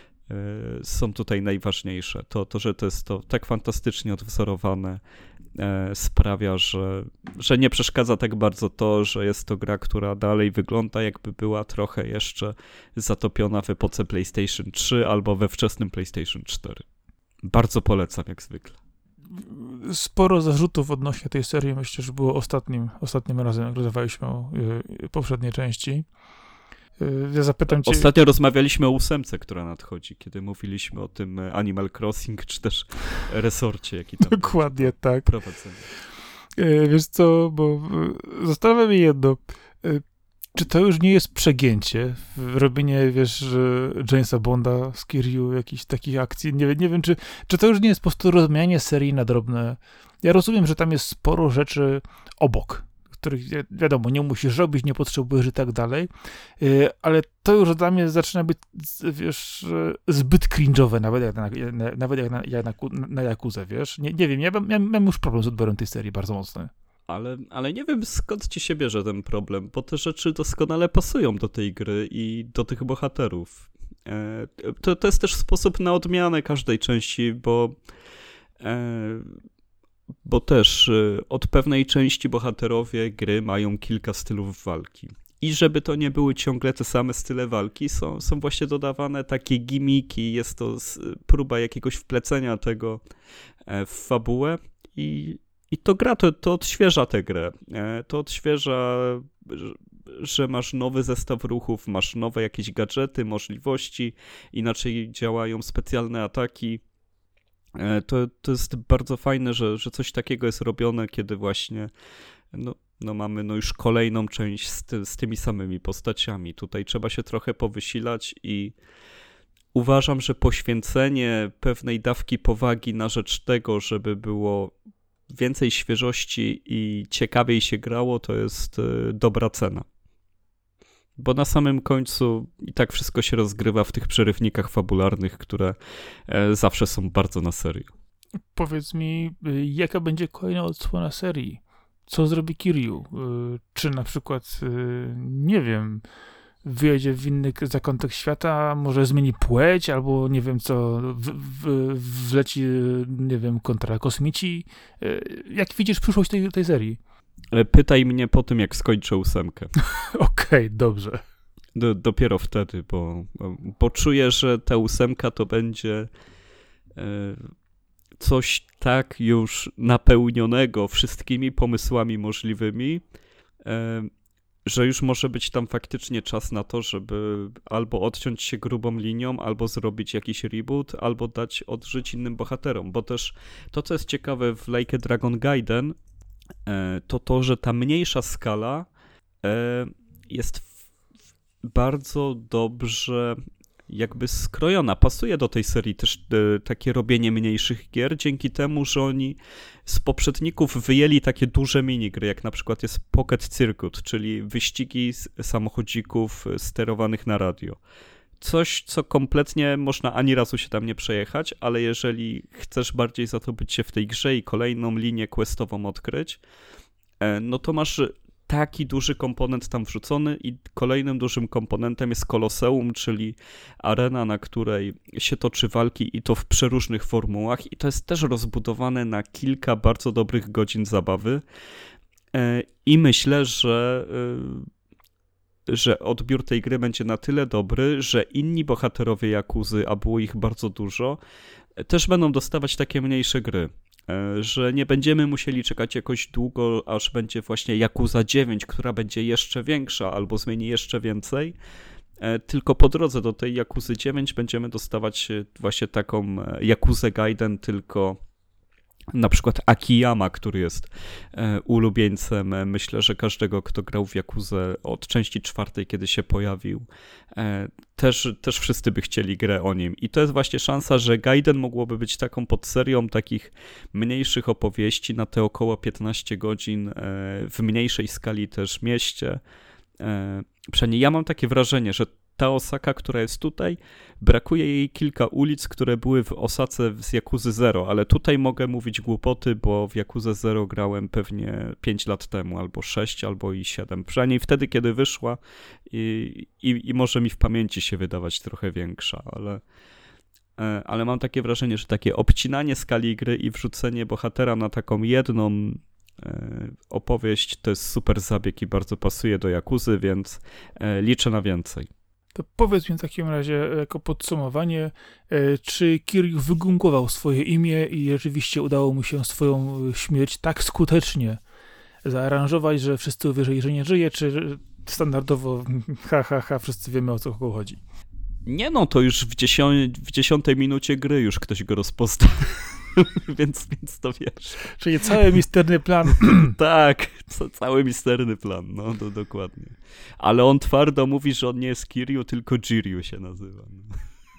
y, są tutaj najważniejsze. To, to, że to jest to tak fantastycznie odwzorowane, y, sprawia, że, że nie przeszkadza tak bardzo to, że jest to gra, która dalej wygląda, jakby była trochę jeszcze zatopiona w epoce PlayStation trzy albo we wczesnym PlayStation cztery. Bardzo polecam, jak zwykle. Sporo zarzutów odnośnie tej serii, myślę, że było ostatnim, ostatnim razem, jak rozmawialiśmy o y, poprzedniej części. Y, ja zapytam cię... Ostatnio rozmawialiśmy o ósemce, która nadchodzi, kiedy mówiliśmy o tym Animal Crossing, czy też resorcie, jaki tam Dokładnie tak. prowadzenie. Y, wiesz co, bo y, zastanawia mnie jedno. Y, Czy to już nie jest przegięcie w robienie, wiesz, Jamesa Bonda z Kiryu, jakichś takich akcji? Nie, nie wiem, czy, czy to już nie jest po prostu rozmianie serii na drobne. Ja rozumiem, że tam jest sporo rzeczy obok, których wiadomo, nie musisz robić, nie potrzebujesz i tak dalej, ale to już dla mnie zaczyna być, wiesz, zbyt cringe'owe, nawet jak na, nawet jak na, jak na, na Jakuzę, wiesz? Nie, nie wiem, ja mam, mam już problem z odbiorem tej serii bardzo mocny. Ale, ale nie wiem, skąd ci się bierze ten problem, bo te rzeczy doskonale pasują do tej gry i do tych bohaterów. E, to, to jest też sposób na odmianę każdej części, bo, e, bo też e, od pewnej części bohaterowie gry mają kilka stylów walki. I żeby to nie były ciągle te same style walki, są, są właśnie dodawane takie gimmiki, jest to próba jakiegoś wplecenia tego w fabułę i I to gra, to, to odświeża tę grę. To odświeża, że, że masz nowy zestaw ruchów, masz nowe jakieś gadżety, możliwości, inaczej działają specjalne ataki. To, to jest bardzo fajne, że, że coś takiego jest robione, kiedy właśnie no, no mamy no już kolejną część z, ty, z tymi samymi postaciami. Tutaj trzeba się trochę powysilać i uważam, że poświęcenie pewnej dawki powagi na rzecz tego, żeby było więcej świeżości i ciekawiej się grało, to jest dobra cena. Bo na samym końcu i tak wszystko się rozgrywa w tych przerywnikach fabularnych, które zawsze są bardzo na serio. Powiedz mi, jaka będzie kolejna odsłona serii? Co zrobi Kiryu? Czy na przykład, nie wiem, wyjedzie w inny zakątek świata, może zmieni płeć, albo nie wiem co, w, w, wleci, nie wiem, kontra kosmici. Jak widzisz przyszłość tej, tej serii? Pytaj mnie po tym, jak skończę ósemkę. Okej, okay, dobrze. Do, dopiero wtedy, bo, bo czuję, że ta ósemka to będzie coś tak już napełnionego wszystkimi pomysłami możliwymi, że już może być tam faktycznie czas na to, żeby albo odciąć się grubą linią, albo zrobić jakiś reboot, albo dać odżyć innym bohaterom, bo też to, co jest ciekawe w Like a Dragon Gaiden, to to, że ta mniejsza skala jest bardzo dobrze jakby skrojona, pasuje do tej serii też e, takie robienie mniejszych gier, dzięki temu, że oni z poprzedników wyjęli takie duże minigry, jak na przykład jest Pocket Circuit, czyli wyścigi samochodzików sterowanych na radio. Coś, co kompletnie można ani razu się tam nie przejechać, ale jeżeli chcesz bardziej zatopić się w tej grze i kolejną linię questową odkryć, e, no to masz taki duży komponent tam wrzucony i kolejnym dużym komponentem jest Koloseum, czyli arena, na której się toczy walki i to w przeróżnych formułach i to jest też rozbudowane na kilka bardzo dobrych godzin zabawy i myślę, że, że odbiór tej gry będzie na tyle dobry, że inni bohaterowie Jakuzy, a było ich bardzo dużo, też będą dostawać takie mniejsze gry. Że nie będziemy musieli czekać jakoś długo, aż będzie właśnie Yakuza dziewięć, która będzie jeszcze większa albo zmieni jeszcze więcej, tylko po drodze do tej Yakuzy dziewięć będziemy dostawać właśnie taką Yakuzę Gaiden, tylko na przykład Akiyama, który jest ulubieńcem, myślę, że każdego, kto grał w Yakuzę od części czwartej, kiedy się pojawił, też, też wszyscy by chcieli grę o nim. I to jest właśnie szansa, że Gaiden mogłoby być taką podserią takich mniejszych opowieści na te około piętnaście godzin, w mniejszej skali też mieście. Przynajmniej ja mam takie wrażenie, że ta Osaka, która jest tutaj, brakuje jej kilka ulic, które były w Osace z Yakuzy Zero, ale tutaj mogę mówić głupoty, bo w Yakuzę Zero grałem pewnie pięć lat temu, albo sześć, albo i siedem. Przynajmniej wtedy, kiedy wyszła i, i, i może mi w pamięci się wydawać trochę większa, ale, ale mam takie wrażenie, że takie obcinanie skali gry i wrzucenie bohatera na taką jedną opowieść to jest super zabieg i bardzo pasuje do Yakuzy, więc liczę na więcej. To powiedz mi w takim razie, jako podsumowanie, czy Kiryu wygumkował swoje imię i rzeczywiście udało mu się swoją śmierć tak skutecznie zaaranżować, że wszyscy uwierzyli, że nie żyje, czy standardowo ha, ha, ha, wszyscy wiemy, o co kogo chodzi? Nie no, to już w, dziesią- w dziesiątej minucie gry już ktoś go rozpoznał. więc, więc to wiesz. Czyli cały misterny plan. Tak, co, cały misterny plan, no to dokładnie. Ale on twardo mówi, że on nie jest Kiryu, tylko Jiryu się nazywa. No.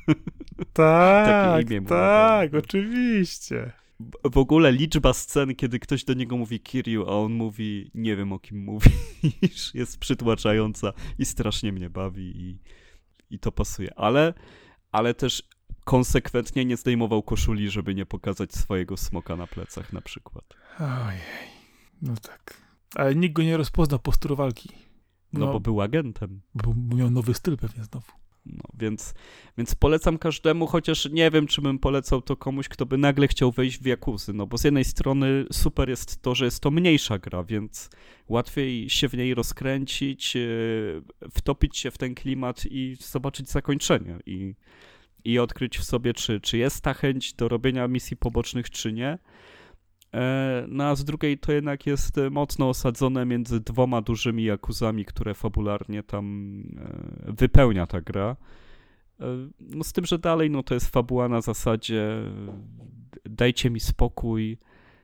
Tak, tak, no. Oczywiście. W ogóle liczba scen, kiedy ktoś do niego mówi Kiryu, a on mówi, nie wiem o kim mówisz, jest przytłaczająca i strasznie mnie bawi i, i to pasuje. Ale, ale też konsekwentnie nie zdejmował koszuli, żeby nie pokazać swojego smoka na plecach na przykład. Ojej, no tak. Ale nikt go nie rozpoznał po stylu walki. No, no bo był agentem. Bo miał nowy styl pewnie znowu. No, więc, więc polecam każdemu, chociaż nie wiem, czy bym polecał to komuś, kto by nagle chciał wejść w Yakuzy, no bo z jednej strony super jest to, że jest to mniejsza gra, więc łatwiej się w niej rozkręcić, yy, wtopić się w ten klimat i zobaczyć zakończenie i, i odkryć w sobie, czy, czy jest ta chęć do robienia misji pobocznych, czy nie. No a z drugiej to jednak jest mocno osadzone między dwoma dużymi Yakuzami, które fabularnie tam wypełnia ta gra. No z tym, że dalej no to jest fabuła na zasadzie dajcie mi spokój,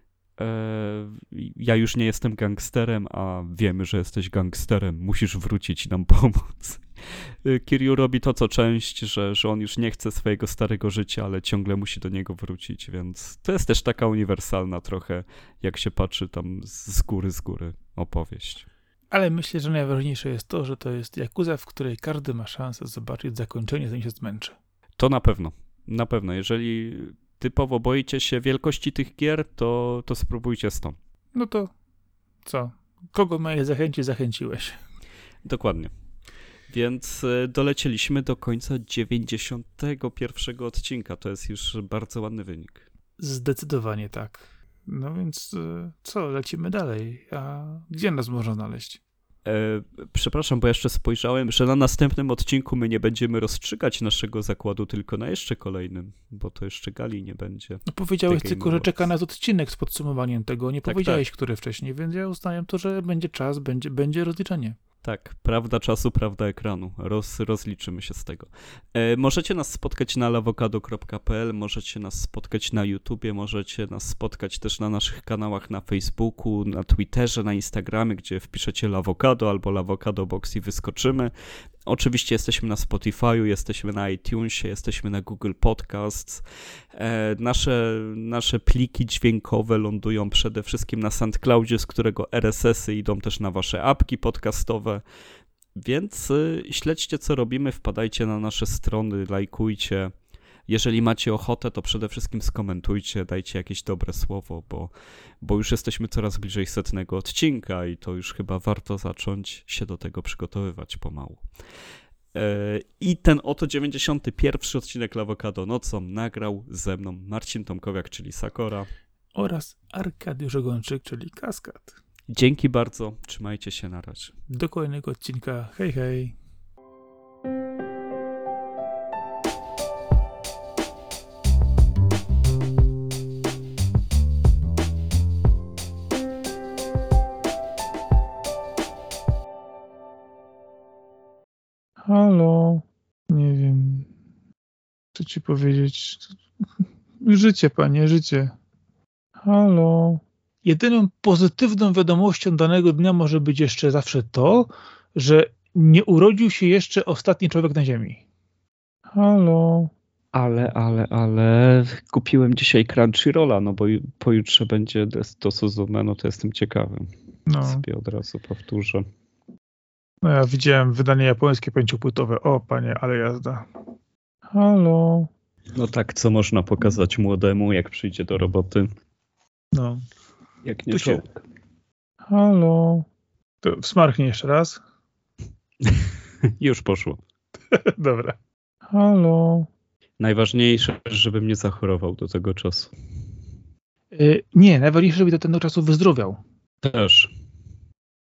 ja już nie jestem gangsterem, a wiemy, że jesteś gangsterem, musisz wrócić i nam pomóc. Kiryu robi to, co część, że, że on już nie chce swojego starego życia, ale ciągle musi do niego wrócić, więc to jest też taka uniwersalna trochę, jak się patrzy tam z góry, z góry opowieść. Ale myślę, że najważniejsze jest to, że to jest Yakuza, w której każdy ma szansę zobaczyć zakończenie, zanim się zmęczy. To na pewno, na pewno. Jeżeli typowo boicie się wielkości tych gier, to, to spróbujcie stąd. No to co? Kogo miałeś zachęcić, zachęciłeś. Dokładnie. Więc dolecieliśmy do końca dziewięćdziesiątego pierwszego odcinka. To jest już bardzo ładny wynik. Zdecydowanie tak. No więc co, lecimy dalej. A gdzie nas można znaleźć? E, przepraszam, bo jeszcze spojrzałem, że na następnym odcinku my nie będziemy rozstrzygać naszego zakładu, tylko na jeszcze kolejnym, bo to jeszcze gali nie będzie. No powiedziałeś The tylko, Game że Awards. czeka nas odcinek z podsumowaniem tego, nie Tak, powiedziałeś, tak. który wcześniej, więc ja uznałem to, że będzie czas, będzie, będzie rozliczenie. Tak, prawda czasu, prawda ekranu. Roz, rozliczymy się z tego. E, możecie nas spotkać na lawokado kropka p l, możecie nas spotkać na YouTubie, możecie nas spotkać też na naszych kanałach na Facebooku, na Twitterze, na Instagramie, gdzie wpiszecie Lawokado albo Lawokado Box i wyskoczymy. Oczywiście jesteśmy na Spotify'u, jesteśmy na iTunesie, jesteśmy na Google Podcasts. E, nasze, nasze pliki dźwiękowe lądują przede wszystkim na SoundCloudzie, z którego R S S y idą też na wasze apki podcastowe. Więc y, śledźcie, co robimy, wpadajcie na nasze strony, lajkujcie. Jeżeli macie ochotę, to przede wszystkim skomentujcie, dajcie jakieś dobre słowo, bo, bo już jesteśmy coraz bliżej setnego odcinka i to już chyba warto zacząć się do tego przygotowywać pomału. I ten oto dziewięćdziesiąty pierwszy odcinek Lawokado nocą nagrał ze mną Marcin Tomkowiak, czyli Sakora. Oraz Arkadiusz Ogończyk, czyli Kaskad. Dzięki bardzo, trzymajcie się, na razie. Do kolejnego odcinka. Hej, hej. Halo, nie wiem, co ci powiedzieć. Życie, panie, życie. Halo. Jedyną pozytywną wiadomością danego dnia może być jeszcze zawsze to, że nie urodził się jeszcze ostatni człowiek na Ziemi. Halo. Ale, ale, ale kupiłem dzisiaj Crunchyrolla, no bo ju- pojutrze będzie do Suzume, no to jestem ciekawy. No, Sobie od razu powtórzę. no ja widziałem wydanie japońskie pięciopłytowe. O, panie, ale jazda. Halo. No tak, co można pokazać młodemu, jak przyjdzie do roboty, No. jak nie Tu się- czołg. Halo. To smarchnij jeszcze raz. Już poszło. Dobra. Halo. Najważniejsze, żebym nie zachorował do tego czasu. Y, nie, najważniejsze, żeby do tego czasu wyzdrowiał. Też.